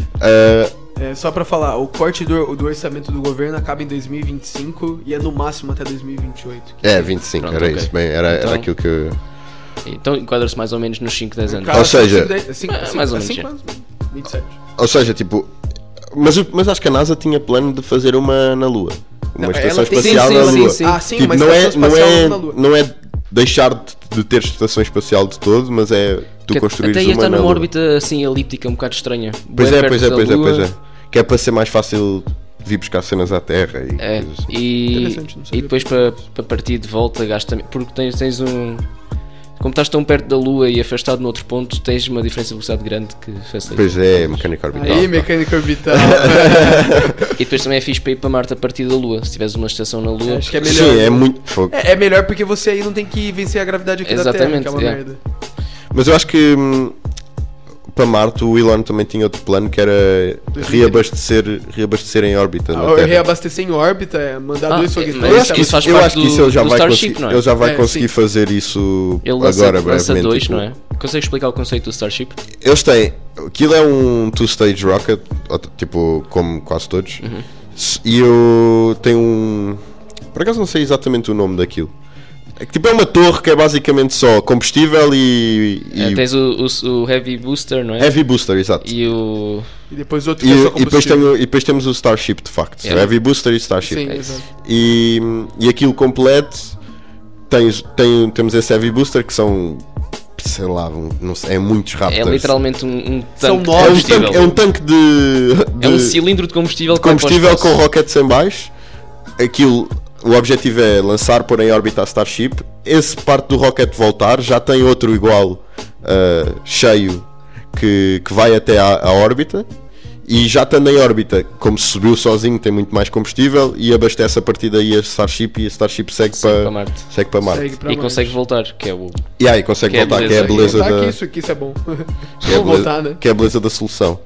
só para falar, o corte do orçamento do governo acaba em 2025 e é no máximo até 2028. 25, pronto, era isso. Bem, era aquilo que... Então enquadra-se mais ou menos nos 5, 10 anos. Ou seja... mais ou menos. 27. Ou seja, tipo... Mas acho que a NASA tinha plano de fazer uma na Lua. Uma estação espacial na Lua. Sim, tipo, mas não é deixar de ter estação espacial de todo, mas é tu construires uma na Lua. Até ia estar numa órbita assim elíptica, um bocado estranha. Pois é. Que é para ser mais fácil vir buscar cenas à Terra e coisas assim. E depois para partir de volta gasta... Porque tens um... Como estás tão perto da Lua e afastado no outro ponto, tens uma diferença de velocidade grande que facilita. Pois é, mecânica orbital. Mecânica orbital. E depois também é fixe para ir para Marte a partir da Lua. Se tiveres uma estação na Lua. Acho que é melhor. Sim, é muito fogo. É melhor porque você aí não tem que vencer a gravidade aqui da Terra, que é uma merda. Mas eu acho que para Marte o Elon também tinha outro plano que era reabastecer em órbita. Reabastecer em órbita, mandar 2 foguetes. Eu acho que isso ele já vai conseguir, ele já vai conseguir fazer isso agora, brevemente. 2, não é? Consegue explicar o conceito do Starship? Eles têm. Aquilo é um two-stage rocket, tipo, como quase todos. E eu tenho um. Por acaso não sei exatamente o nome daquilo. É uma torre que é basicamente só combustível e tens o Heavy Booster, não é? Heavy Booster, exato. E depois outro que é só combustível. E depois temos o Starship, de facto. O Heavy Booster e Starship. Sim, exato. E aquilo completo, temos esse Heavy Booster que são, sei lá, não sei, é muitos Raptors. É literalmente um tanque. É um tanque de... É um cilindro de combustível com rockets em baixo. O objetivo é pôr em órbita a Starship. Esse parte do rocket voltar, já tem outro igual cheio que vai até à órbita. E já estando em órbita, como se subiu sozinho, tem muito mais combustível e abastece a partir daí a Starship, e a Starship segue para Marte. E consegue voltar, que é o... E consegue voltar, que é a beleza da... Que isso é bom. Que é a beleza da solução.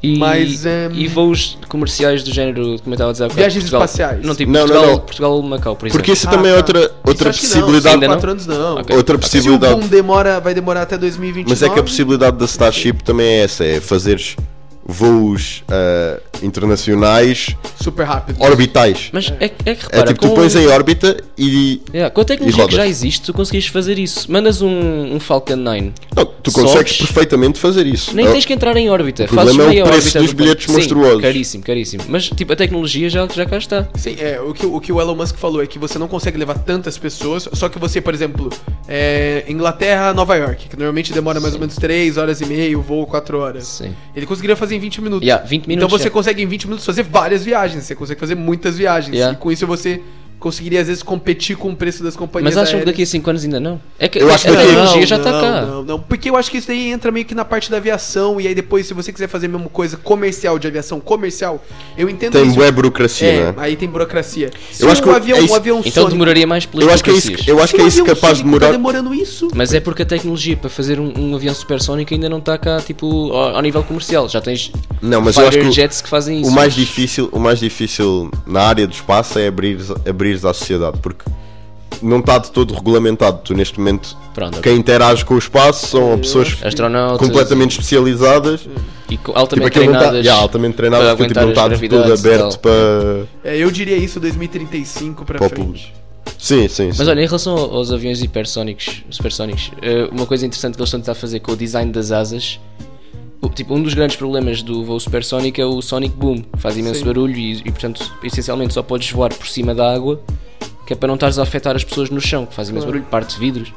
E voos comerciais do género, como eu estava a dizer, viagens espaciais. Não, tipo Portugal-Macau, por exemplo. Porque isso também é outra possibilidade. Não, 4 anos não. Okay. Outra possibilidade. Se o boom vai demorar até 2029. Mas é que a possibilidade da Starship também é essa, é fazeres voos internacionais super rápidos, orbitais. Mas é que repara, tipo, tu pões em órbita e com a tecnologia que já existe, tu conseguis fazer isso. Mandas um Falcon 9. Não, tu consegues perfeitamente fazer isso. Nem tens que entrar em órbita. O problema é o preço dos bilhetes monstruosos. Caríssimo. Mas tipo, a tecnologia já cá está. Sim, o que o Elon Musk falou é que você não consegue levar tantas pessoas, só que você, por exemplo, Inglaterra, Nova York, que normalmente demora mais ou menos 3 horas e meia, o voo 4 horas. Sim. Ele conseguiria fazer em 20 minutos. 20 minutos. Então você consegue em 20 minutos fazer várias viagens, você consegue fazer muitas viagens. E com isso você conseguiria às vezes competir com o preço das companhias aéreas. Mas acham que daqui a 5 anos ainda não? É que eu acho que a tecnologia já está cá. Não, porque eu acho que isso daí entra meio que na parte da aviação, e aí depois, se você quiser fazer a mesma coisa comercial, de aviação comercial, eu entendo tem isso. Tem burocracia, né? Aí tem burocracia. Se eu acho que um avião então demoraria mais pelas burocracias. Eu acho que é isso capaz de demorar. Tá demorando isso. Mas é porque a tecnologia para fazer um avião supersónico ainda não está cá, tipo, ao nível comercial. Já tens fighter jets que fazem isso. O mais difícil na área do espaço é abrir à sociedade, porque não está de todo regulamentado. Tu neste momento, quem interage com o espaço são pessoas completamente especializadas e altamente treinadas, altamente treinadas, porque não está de tudo aberto para... eu diria isso 2035 para frente. Sim. Mas olha, em relação aos aviões supersónicos, uma coisa interessante que eles estão a tentar fazer com o design das asas, tipo, um dos grandes problemas do voo supersónico é o sonic boom, faz imenso barulho e portanto essencialmente só podes voar por cima da água, que é para não estares a afetar as pessoas no chão, que faz imenso barulho, parte vidros.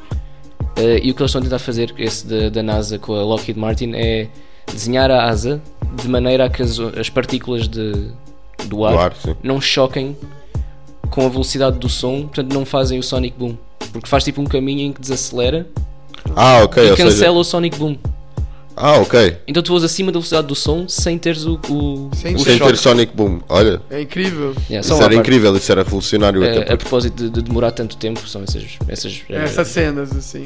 E o que eles estão a tentar fazer, esse da NASA com a Lockheed Martin, é desenhar a asa de maneira a que as partículas do ar não choquem com a velocidade do som, portanto não fazem o sonic boom, porque faz tipo um caminho em que desacelera e cancela o sonic boom. Ok. Então tu voas acima da velocidade do som sem teres o sem ter sonic boom. Olha, é incrível. Isso era incrível, isso era revolucionário. A propósito de demorar tanto tempo, são essas cenas assim.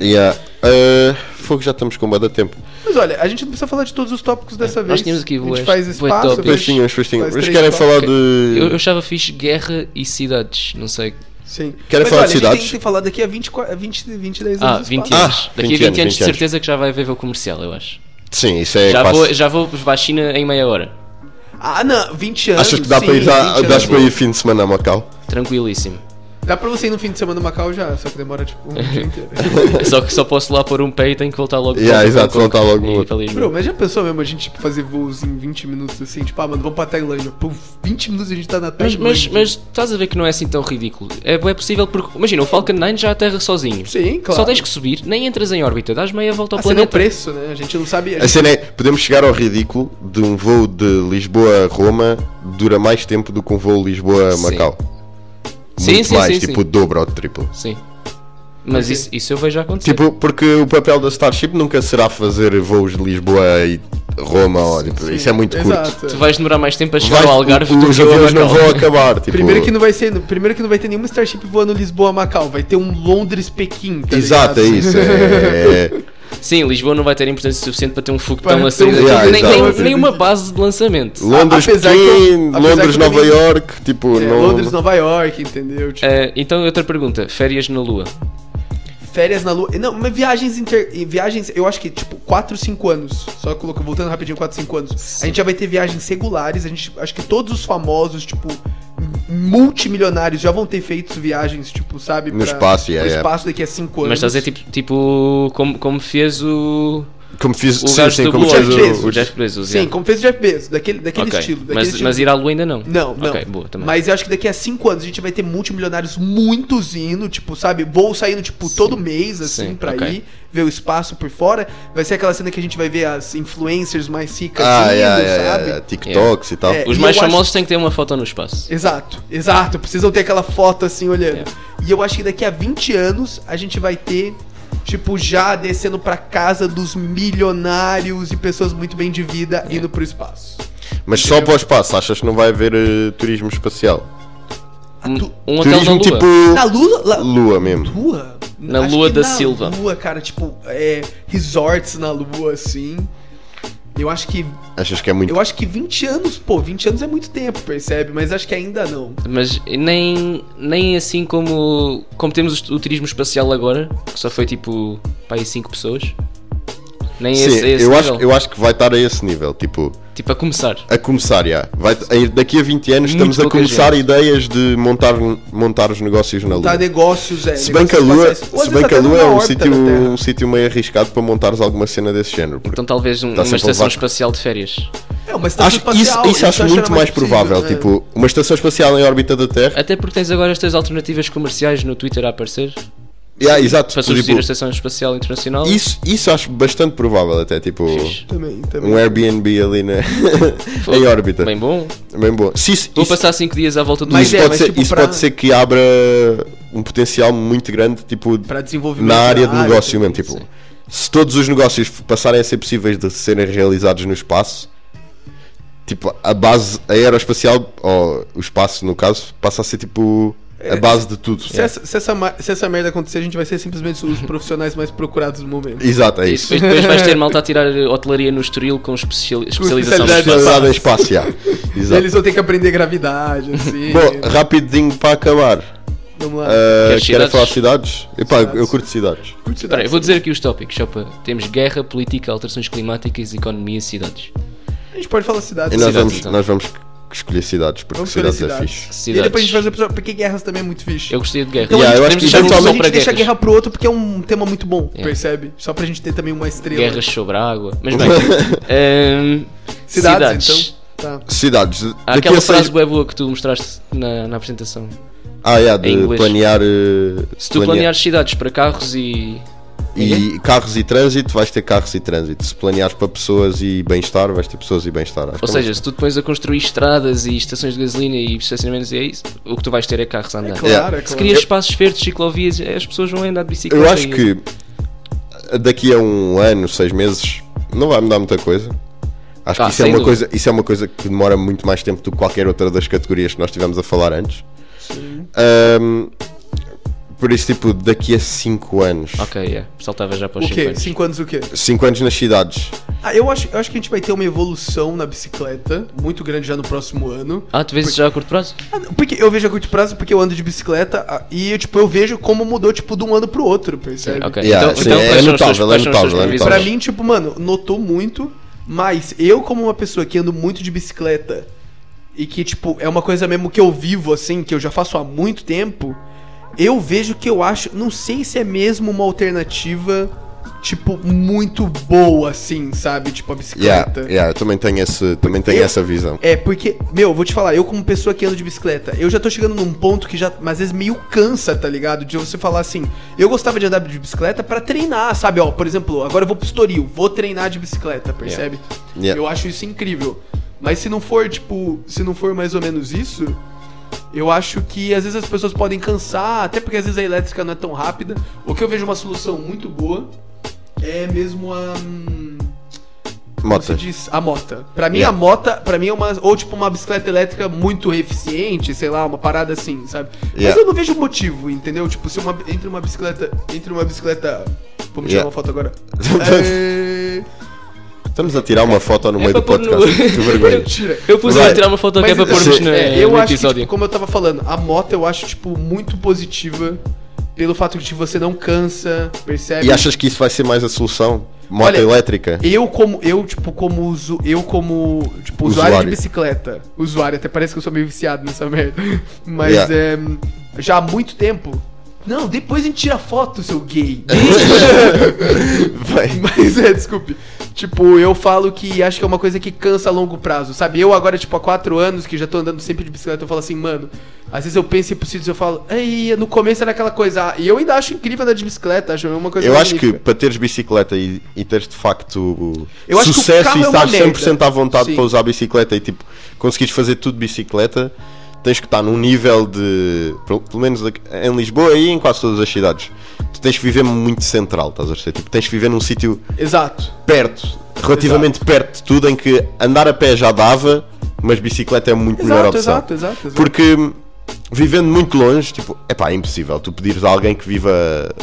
Fogo, já estamos com bada tempo. Mas olha, a gente não precisa falar de todos os tópicos dessa vez. Nós tínhamos aqui a gente faz espaço. Mas querem falar de... Eu achava fixe guerra e cidades, não sei. Sim. Querem falar de cidades? A gente tem que falar daqui a 20, 10 anos. 20 anos. Daqui a 20 anos de certeza que já vai haver voo comercial, eu acho. Sim, isso é já vou para a China em meia hora. Não, 20 anos. Achas que dá para ir fim de semana a Macau? Tranquilíssimo. Dá para você ir no fim de semana no Macau já, só que demora tipo um dia inteiro. Só que só posso lá pôr um pé e tenho que voltar logo. Exato, voltar logo. Bro, mas já pensou mesmo a gente fazer voos em 20 minutos assim, tipo, mano, vamos pra Tailândia. Pô, 20 minutos a gente tá na Tailândia. Mas estás a ver que não é assim tão ridículo. É possível porque, imagina, o Falcon 9 já aterra sozinho. Sim, claro. Só tens que subir, nem entras em órbita, dás meia volta ao planeta. planeta. É o preço, né? A gente não sabe. A cena é, podemos chegar ao ridículo de um voo de Lisboa a Roma dura mais tempo do que um voo Lisboa a Macau. Muito mais, tipo, o dobro ou o triplo. Sim. Mas isso eu vejo acontecer. Tipo, porque o papel da Starship nunca será fazer voos de Lisboa e Roma, isso é muito curto. Tu vais demorar mais tempo a chegar ao Algarve do que os aviões não vão acabar. Tipo... Primeiro que não vai ter nenhuma Starship voando Lisboa a Macau, vai ter um Londres-Pequim. Tá exato, ligado? É isso. Sim, Lisboa não vai ter importância suficiente para ter um foguetão a sair nem uma base de lançamento. Londres, Pequim, Londres, Nova York, tipo... Londres, Nova York, entendeu? Tipo... Então, outra pergunta, férias na Lua. Férias na Lua... Não, mas viagens, eu acho que, tipo, 4, 5 anos. Só voltando rapidinho, 4, 5 anos. Sim. A gente já vai ter viagens regulares, acho que todos os famosos, tipo... multimilionários já vão ter feito viagens, tipo, sabe? No espaço, espaço daqui a 5 anos. Mas estás a dizer, tipo como fez o... Como fez o Jeff Bezos. Sim, como fez o Jeff Bezos, daquele estilo. Mas ir à Lua ainda não? Não. Ok, boa, também. Mas eu acho que daqui a 5 anos a gente vai ter multimilionários muitos indo, tipo, sabe? Voo saindo, tipo, todo mês, assim, pra ir ver o espaço por fora. Vai ser aquela cena que a gente vai ver as influencers mais ricas indo, sabe? TikToks e tal. Os mais famosos têm que ter uma foto no espaço. Exato. Precisam ter aquela foto assim, olhando. E eu acho que daqui a 20 anos a gente vai ter tipo, já descendo pra casa dos milionários e pessoas muito bem de vida indo pro espaço. Mas só para o espaço, achas que não vai haver turismo espacial? Um hotel na Lua. Tipo... Na Lua? Lua mesmo. Lua? Na Lua da Silva. Na Lua, cara, tipo, resorts na Lua, assim. Eu acho que... Achas que é muito... Eu acho que 20 anos, 20 anos é muito tempo, percebe? Mas acho que ainda não. Mas nem assim como temos o turismo espacial agora, que só foi tipo, para aí 5 pessoas. Nem Sim, esse eu acho que vai estar a esse nível, tipo a começar. A começar, já. Daqui a 20 anos Muito estamos a começar ideias de montar os negócios na Lua. Montar negócios, Se bem que a Lua é um sítio meio arriscado para montares alguma cena desse género. Então talvez uma estação espacial de férias. Uma estação espacial. Isso acho muito mais provável, tipo, uma estação espacial em órbita da Terra. Até porque tens agora estas alternativas comerciais no Twitter a aparecer. Exato. Para substituir a Estação Espacial Internacional. Isso acho bastante provável, até tipo também. Um Airbnb ali em órbita. Bem bom. Vou passar 5 dias à volta do mundo. Isso pode ser que abra um potencial muito grande, tipo, para desenvolvimento na área de negócio mesmo. Tipo, se todos os negócios passarem a ser possíveis de serem realizados no espaço, tipo, a base aeroespacial, ou o espaço no caso, passa a ser tipo a base de tudo. Se essa merda acontecer, a gente vai ser simplesmente os profissionais mais procurados no momento. Exato, é isso. E depois vais ter malta a tirar hotelaria no Estoril com especialização em espaço. Exato. Eles vão ter que aprender gravidade, assim. Bom, rapidinho para acabar. Vamos lá. Querem falar de cidades? Eu curto cidades. Espera aí, vou dizer aqui os tópicos. Temos guerra, política, alterações climáticas, economia e cidades. A gente pode falar cidades. E nós vamos escolher cidades, porque cidades é fixe. E depois a gente vai fazer porque guerras também é muito fixe. Eu gostei de guerra. Então eu acho que a gente deixa a guerra pro outro porque é um tema muito bom, percebe? Só pra gente ter também uma estrela. Guerras sobre a água. Mas bem, cidades. Então, tá. Cidades. Há aquela frase bué boa que tu mostraste na apresentação. De planear... Se tu planeares cidades para carros e carros e trânsito, vais ter carros e trânsito. Se planeares para pessoas e bem-estar, vais ter pessoas e bem-estar. Ou seja, se tu te pões a construir estradas e estações de gasolina e estacionamentos, é isso, o que tu vais ter é carros a andar. Se querias espaços verdes, ciclovias, as pessoas vão andar de bicicleta. Eu acho que daqui a 1 ano, 6 meses, não vai mudar muita coisa. Acho que isso é uma coisa que demora muito mais tempo do que qualquer outra das categorias que nós estivemos a falar antes. Sim. Por isso, tipo, daqui a 5 anos. Ok, saltava já para os 5 anos. 5 anos o quê? 5 anos nas cidades. Eu acho que a gente vai ter uma evolução na bicicleta muito grande já no próximo ano. Tu vês isso já a curto prazo? Porque eu vejo a curto prazo porque eu ando de bicicleta e eu vejo como mudou, tipo, de um ano pro outro, percebe? Okay. Então é notável. Pra mim, tipo, mano, notou muito, mas eu como uma pessoa que ando muito de bicicleta e que, tipo, é uma coisa mesmo que eu vivo, assim, que eu já faço há muito tempo... Eu vejo que eu acho... Não sei se é mesmo uma alternativa, tipo, muito boa, assim, sabe? Tipo, a bicicleta. Eu também tenho essa visão. Porque... eu vou te falar. Eu, como pessoa que anda de bicicleta, eu já tô chegando num ponto que já, às vezes, meio cansa, tá ligado? De você falar assim... Eu gostava de andar de bicicleta pra treinar, sabe? Por exemplo, agora eu vou pro Estoril. Vou treinar de bicicleta, percebe? Eu acho isso incrível. Mas se não for, tipo... Se não for mais ou menos isso... Eu acho que às vezes as pessoas podem cansar, até porque às vezes a elétrica não é tão rápida. O que eu vejo uma solução muito boa é mesmo a... Mota. A mota. Pra mim a mota, é uma... Ou tipo uma bicicleta elétrica muito eficiente, sei lá, uma parada assim, sabe? Mas eu não vejo motivo, entendeu? Tipo, se entre uma bicicleta... Vamos tirar uma foto agora. Estamos a tirar uma foto no meio do podcast. Que vergonha. Eu pus a tirar uma foto que é para pormos no acho episódio. Que, tipo, como eu tava falando, a moto eu acho, tipo, muito positiva pelo fato de que você não cansa, percebe? E achas que isso vai ser mais a solução? Moto elétrica? Eu como usuário de bicicleta, até parece que eu sou meio viciado nessa merda, mas já há muito tempo... Não, depois a gente tira foto, seu gay. Mas desculpe. Tipo, eu falo que acho que é uma coisa que cansa a longo prazo, sabe? Eu agora, tipo, há 4 anos que já tô andando sempre de bicicleta, eu falo assim, mano, às vezes eu penso em possíveis, eu falo, no começo era aquela coisa, e eu ainda acho incrível andar de bicicleta, acho uma coisa magnífica. Acho que para teres bicicleta e teres de facto sucesso e estar 100% à vontade para usar a bicicleta e tipo, conseguires fazer tudo de bicicleta, tens que estar num nível de, pelo menos em Lisboa e em quase todas as cidades, tu tens que viver muito central, estás a ver? Tipo, tens que viver num sítio Exato. perto, relativamente perto de tudo, em que andar a pé já dava, mas bicicleta é muito melhor opção. Exato. Porque vivendo muito longe, tipo, é impossível tu pedires a alguém que viva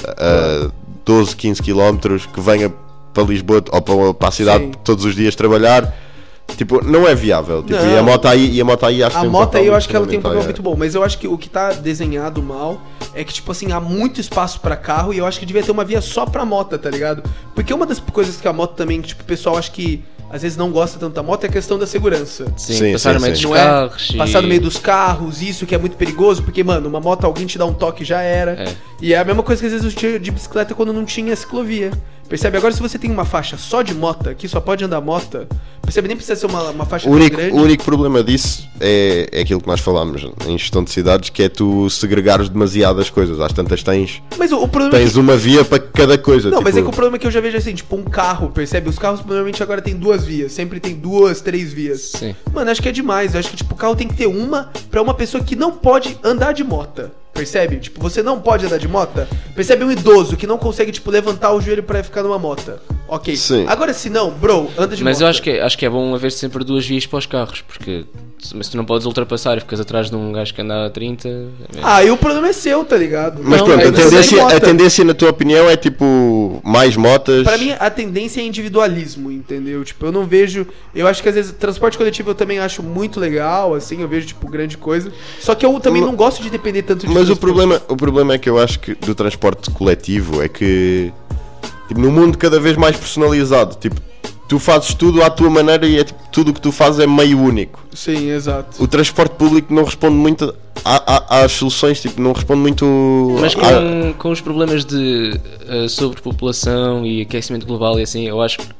a 12, 15 km, que venha para Lisboa ou para a cidade todos os dias trabalhar. Tipo, não é viável. Tipo, e a moto aí acho que tem um moto aí eu acho que ela fundamental, tem um papel muito bom, mas eu acho que o que tá desenhado mal é que, tipo assim, há muito espaço pra carro e eu acho que devia ter uma via só pra moto, tá ligado? Porque uma das coisas que a moto também, que, tipo, o pessoal acha que às vezes não gosta tanto da moto é a questão da segurança. Sim, passar no meio dos Não carros. Passar no meio dos carros, isso que é muito perigoso, porque, mano, uma moto, alguém te dá um toque já era. E é a mesma coisa que às vezes eu tinha de bicicleta quando não tinha ciclovia. Percebe? Agora, se você tem uma faixa só de moto, que só pode andar moto, percebe? Nem precisa ser uma faixa tão grande. O único problema disso é aquilo que nós falámos em gestão de cidades, que é tu segregares demasiadas coisas. Às tantas tens uma via para cada coisa. Não, tipo... mas é que o problema é que eu já vejo assim, tipo, um carro, percebe? Os carros normalmente agora tem 2 vias, sempre tem 2, 3 vias. Sim. Mano, acho que é demais. Eu acho que, tipo, o carro tem que ter uma pra uma pessoa que não pode andar de moto. Percebe? Tipo, você não pode andar de moto. Percebe? Um idoso que não consegue, tipo, levantar o joelho pra ficar numa moto. Ok. Sim. Agora, se não, bro, anda de moto. Mas eu acho que é bom haver sempre 2 vias para os carros, porque se tu não podes ultrapassar e ficas atrás de um gajo que anda a 30... e o problema é seu, tá ligado? Mas não, pronto, a tendência na tua opinião é tipo mais motas. Pra mim a tendência é individualismo, entendeu? Tipo, eu não vejo. Eu acho que às vezes transporte coletivo eu também acho muito legal, assim, eu vejo tipo grande coisa. Só que eu também não gosto de depender tanto de. Mas o problema é que eu acho que do transporte coletivo é que tipo, no mundo cada vez mais personalizado, tipo, tu fazes tudo à tua maneira e é, tipo, tudo o que tu fazes é meio único. Sim, exato. O transporte público não responde muito às soluções, tipo, não responde muito. Mas com os problemas de sobrepopulação e aquecimento global e assim, eu acho que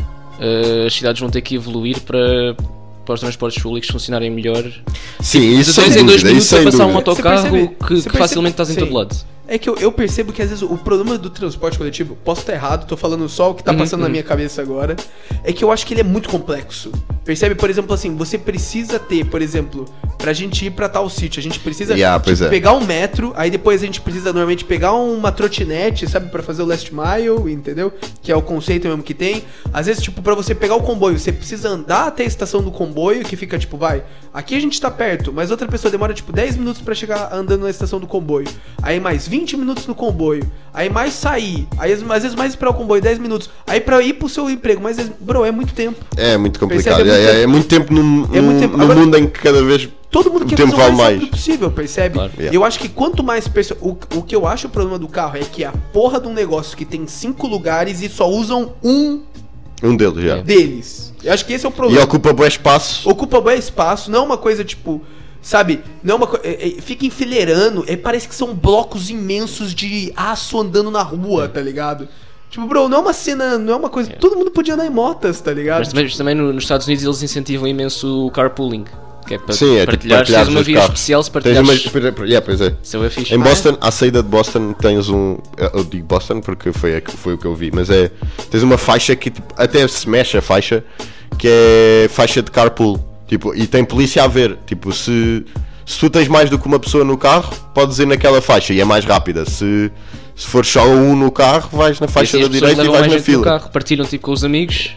as cidades vão ter que evoluir para os transportes públicos funcionarem melhor. Sim, isso tens sem em 2 dúvida, minutos isso a sem passar um dúvida. autocarro que facilmente estás em todo lado. É que eu percebo que às vezes o problema do transporte coletivo, posso estar errado, tô falando só o que tá passando na minha cabeça agora, é que eu acho que ele é muito complexo. Percebe? Por exemplo, assim, você precisa ter, por exemplo, pra gente ir pra tal sítio, a gente precisa pegar um metro, aí depois a gente precisa normalmente pegar uma trotinete, sabe, pra fazer o last mile, entendeu? Que é o conceito mesmo que tem. Às vezes, tipo, pra você pegar o comboio, você precisa andar até a estação do comboio, que fica, tipo, aqui a gente tá perto, mas outra pessoa demora, tipo, 10 minutos pra chegar andando na estação do comboio. Aí mais 20 minutos no comboio. Aí mais sair. Aí às vezes mais esperar o comboio 10 minutos. Aí pra ir pro seu emprego. Mas, bro, é muito tempo. É muito complicado. É muito tempo no mundo em que cada vez todo mundo quer fazer o mais rápido possível, percebe? Claro. Eu acho que quanto mais o que eu acho o problema do carro é que a porra de um negócio que tem 5 lugares e só usam um deles, já. Deles. Eu acho que esse é o problema. E ocupa bom espaço. Ocupa bom espaço. Não é uma coisa tipo... Sabe, não é uma coisa. Fica enfileirando, parece que são blocos imensos de aço andando na rua, tá ligado? Tipo, bro, não é uma cena, não é uma coisa. Todo mundo podia andar em motas, tá ligado? Mas também nos Estados Unidos eles incentivam imenso o carpooling. Que é para partilhares tens uma via especial se partilhares. Pois é. Isso é fixe. Em Boston, à saída de Boston, tens eu digo Boston porque foi o que eu vi, mas tens uma faixa que tipo, até se mexe a faixa, que é faixa de carpool. Tipo, e tem polícia a ver, tipo, se tu tens mais do que uma pessoa no carro, podes ir naquela faixa e é mais rápida. Se for só um no carro, vais na faixa da direita e vais na fila. Carro, partilham tipo com os amigos.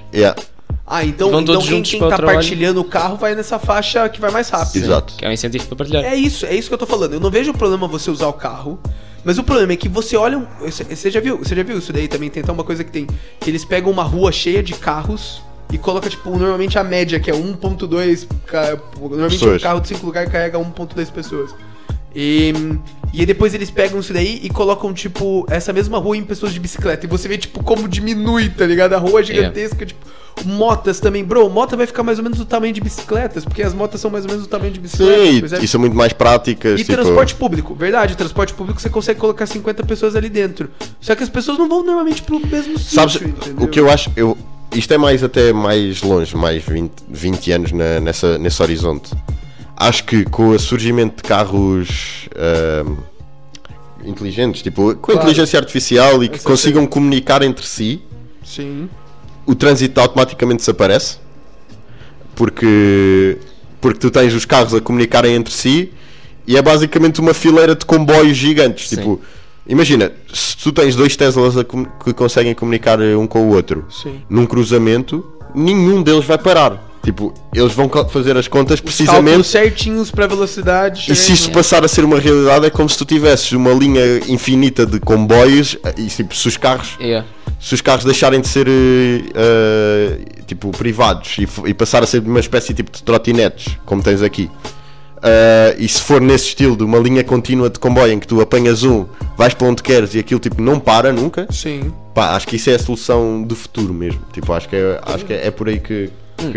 Então quem tá partilhando o carro vai nessa faixa que vai mais rápido. Exato. Que é um incentivo para partilhar. É isso que eu tô falando. Eu não vejo o problema você usar o carro. Mas o problema é que você olha. Você já viu isso daí também? Tem até uma coisa que eles pegam uma rua cheia de carros e coloca, tipo, normalmente a média, que é 1.2. Normalmente pessoas. Um carro de 5 lugares carrega 1.2 pessoas. E aí depois eles pegam isso daí e colocam, tipo, essa mesma rua em pessoas de bicicleta. E você vê, tipo, como diminui, tá ligado? A rua é gigantesca, tipo, motas também. Bro, moto vai ficar mais ou menos do tamanho de bicicletas, porque as motas são mais ou menos do tamanho de bicicletas. Sim, e são muito mais práticas. E tipo... transporte público, verdade, transporte público você consegue colocar 50 pessoas ali dentro. Só que as pessoas não vão normalmente pro mesmo sítio. Sabes, o que eu acho... Isto é até mais longe, mais 20 anos nesse horizonte. Acho que com o surgimento de carros inteligentes, tipo, com inteligência artificial e que consigam comunicar entre si, sim, o trânsito automaticamente desaparece. Porque tu tens os carros a comunicarem entre si e é basicamente uma fileira de comboios gigantes. Sim. Tipo, imagina, se tu tens dois Teslas que conseguem comunicar um com o outro, Sim. num cruzamento, nenhum deles vai parar. Tipo, eles vão fazer as contas precisamente certinhos para velocidade. E se isso passar a ser uma realidade, é como se tu tivesses uma linha infinita de comboios e tipo, se os carros deixarem de ser tipo privados e passar a ser uma espécie tipo de trotinetes, como tens aqui. E se for nesse estilo de uma linha contínua de comboio em que tu apanhas vais para onde queres e aquilo tipo não para nunca. Sim. Pá, acho que isso é a solução do futuro mesmo. Tipo, acho que é por aí que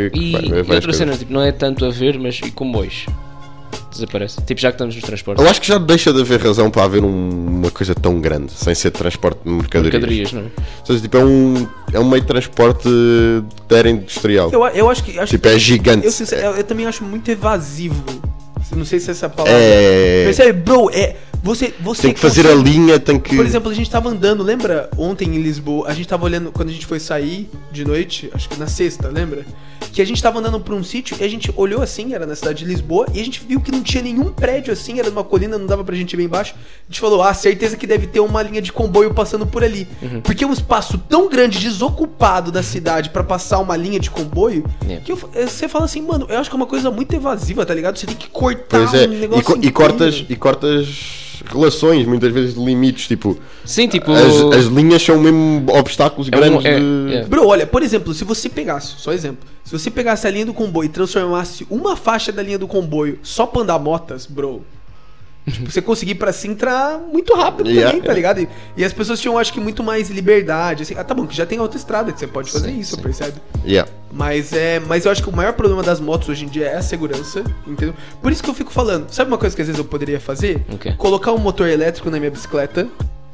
e outra cena, tipo, não é tanto a ver, mas e comboios desaparece. Tipo, já que estamos nos transportes. Eu acho que já deixa de haver razão para haver uma coisa tão grande, sem ser transporte de mercadorias. Não é? Ou seja, tipo, é um meio de transporte da era industrial. Eu acho que tipo, é gigante. Eu também acho muito evasivo. Não sei se essa palavra. Percebe, bro? Você tem que fazer a linha, tem que. Por exemplo, a gente tava andando, lembra? Ontem em Lisboa, a gente tava olhando quando a gente foi sair de noite, acho que na sexta, lembra? Que a gente tava andando pra um sítio e a gente olhou assim, era na cidade de Lisboa, e a gente viu que não tinha nenhum prédio assim, era numa colina, não dava pra gente ir bem embaixo. A gente falou, certeza que deve ter uma linha de comboio passando por ali. Porque é um espaço tão grande, desocupado da cidade pra passar uma linha de comboio, que você fala assim, mano, eu acho que é uma coisa muito evasiva, tá ligado? Você tem que cortar um negócio e cortas relações, muitas vezes de limites, tipo. Sim, tipo. As linhas são mesmo obstáculos grandes de. Bro, olha, por exemplo, se você pegasse, só exemplo, se você pegasse a linha do comboio e transformasse uma faixa da linha do comboio só pra andar motas, bro. Tipo, você conseguir ir pra Sintra muito rápido também, tá ligado? E as pessoas tinham, acho que, muito mais liberdade. Assim, tá bom, que já tem autoestrada que você pode fazer isso, percebe? Mas eu acho que o maior problema das motos hoje em dia é a segurança, entendeu? Por isso que eu fico falando, sabe uma coisa que às vezes eu poderia fazer? Colocar um motor elétrico na minha bicicleta.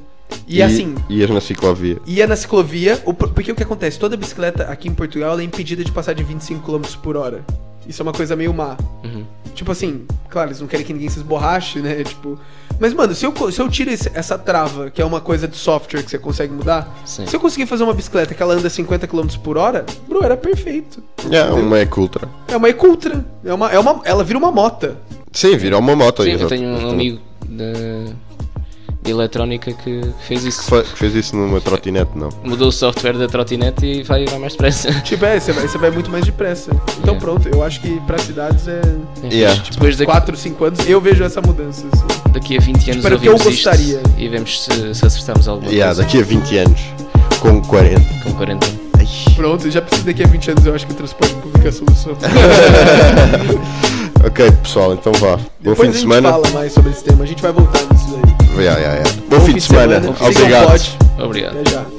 E assim. Ia na ciclovia. Ia na ciclovia, porque o que acontece? Toda bicicleta aqui em Portugal ela é impedida de passar de 25 km por hora. Isso é uma coisa meio má. Tipo assim, claro, eles não querem que ninguém se esborrache, né? Tipo. Mas, mano, se eu tiro essa trava, que é uma coisa de software que você consegue mudar, se eu conseguir fazer uma bicicleta que ela anda 50 km por hora, bro, era perfeito. Uma Ecultra. É uma Ecultra. Ela vira uma mota. Sim, vira uma moto. Sim, eu tenho um amigo de eletrónica que fez isso. Que fez isso numa trotinete, não. Mudou o software da trotinete e vai mais depressa. Tipo, você vai muito mais depressa. Então pronto, eu acho que para cidades tipo, depois de 4, 5 anos eu vejo essa mudança. Assim. Daqui a 20 anos tipo, eu gostaria. E vemos se acertamos alguma coisa. Daqui a 20 anos. Com 40. Com 40. Pronto, já preciso daqui a 20 anos, eu acho que o transporte público é a solução. Ok, pessoal, então vá. Bom fim de semana. A gente fala mais sobre esse tema, a gente vai voltar nisso daí. Bom fim de semana. Obrigado. Até já.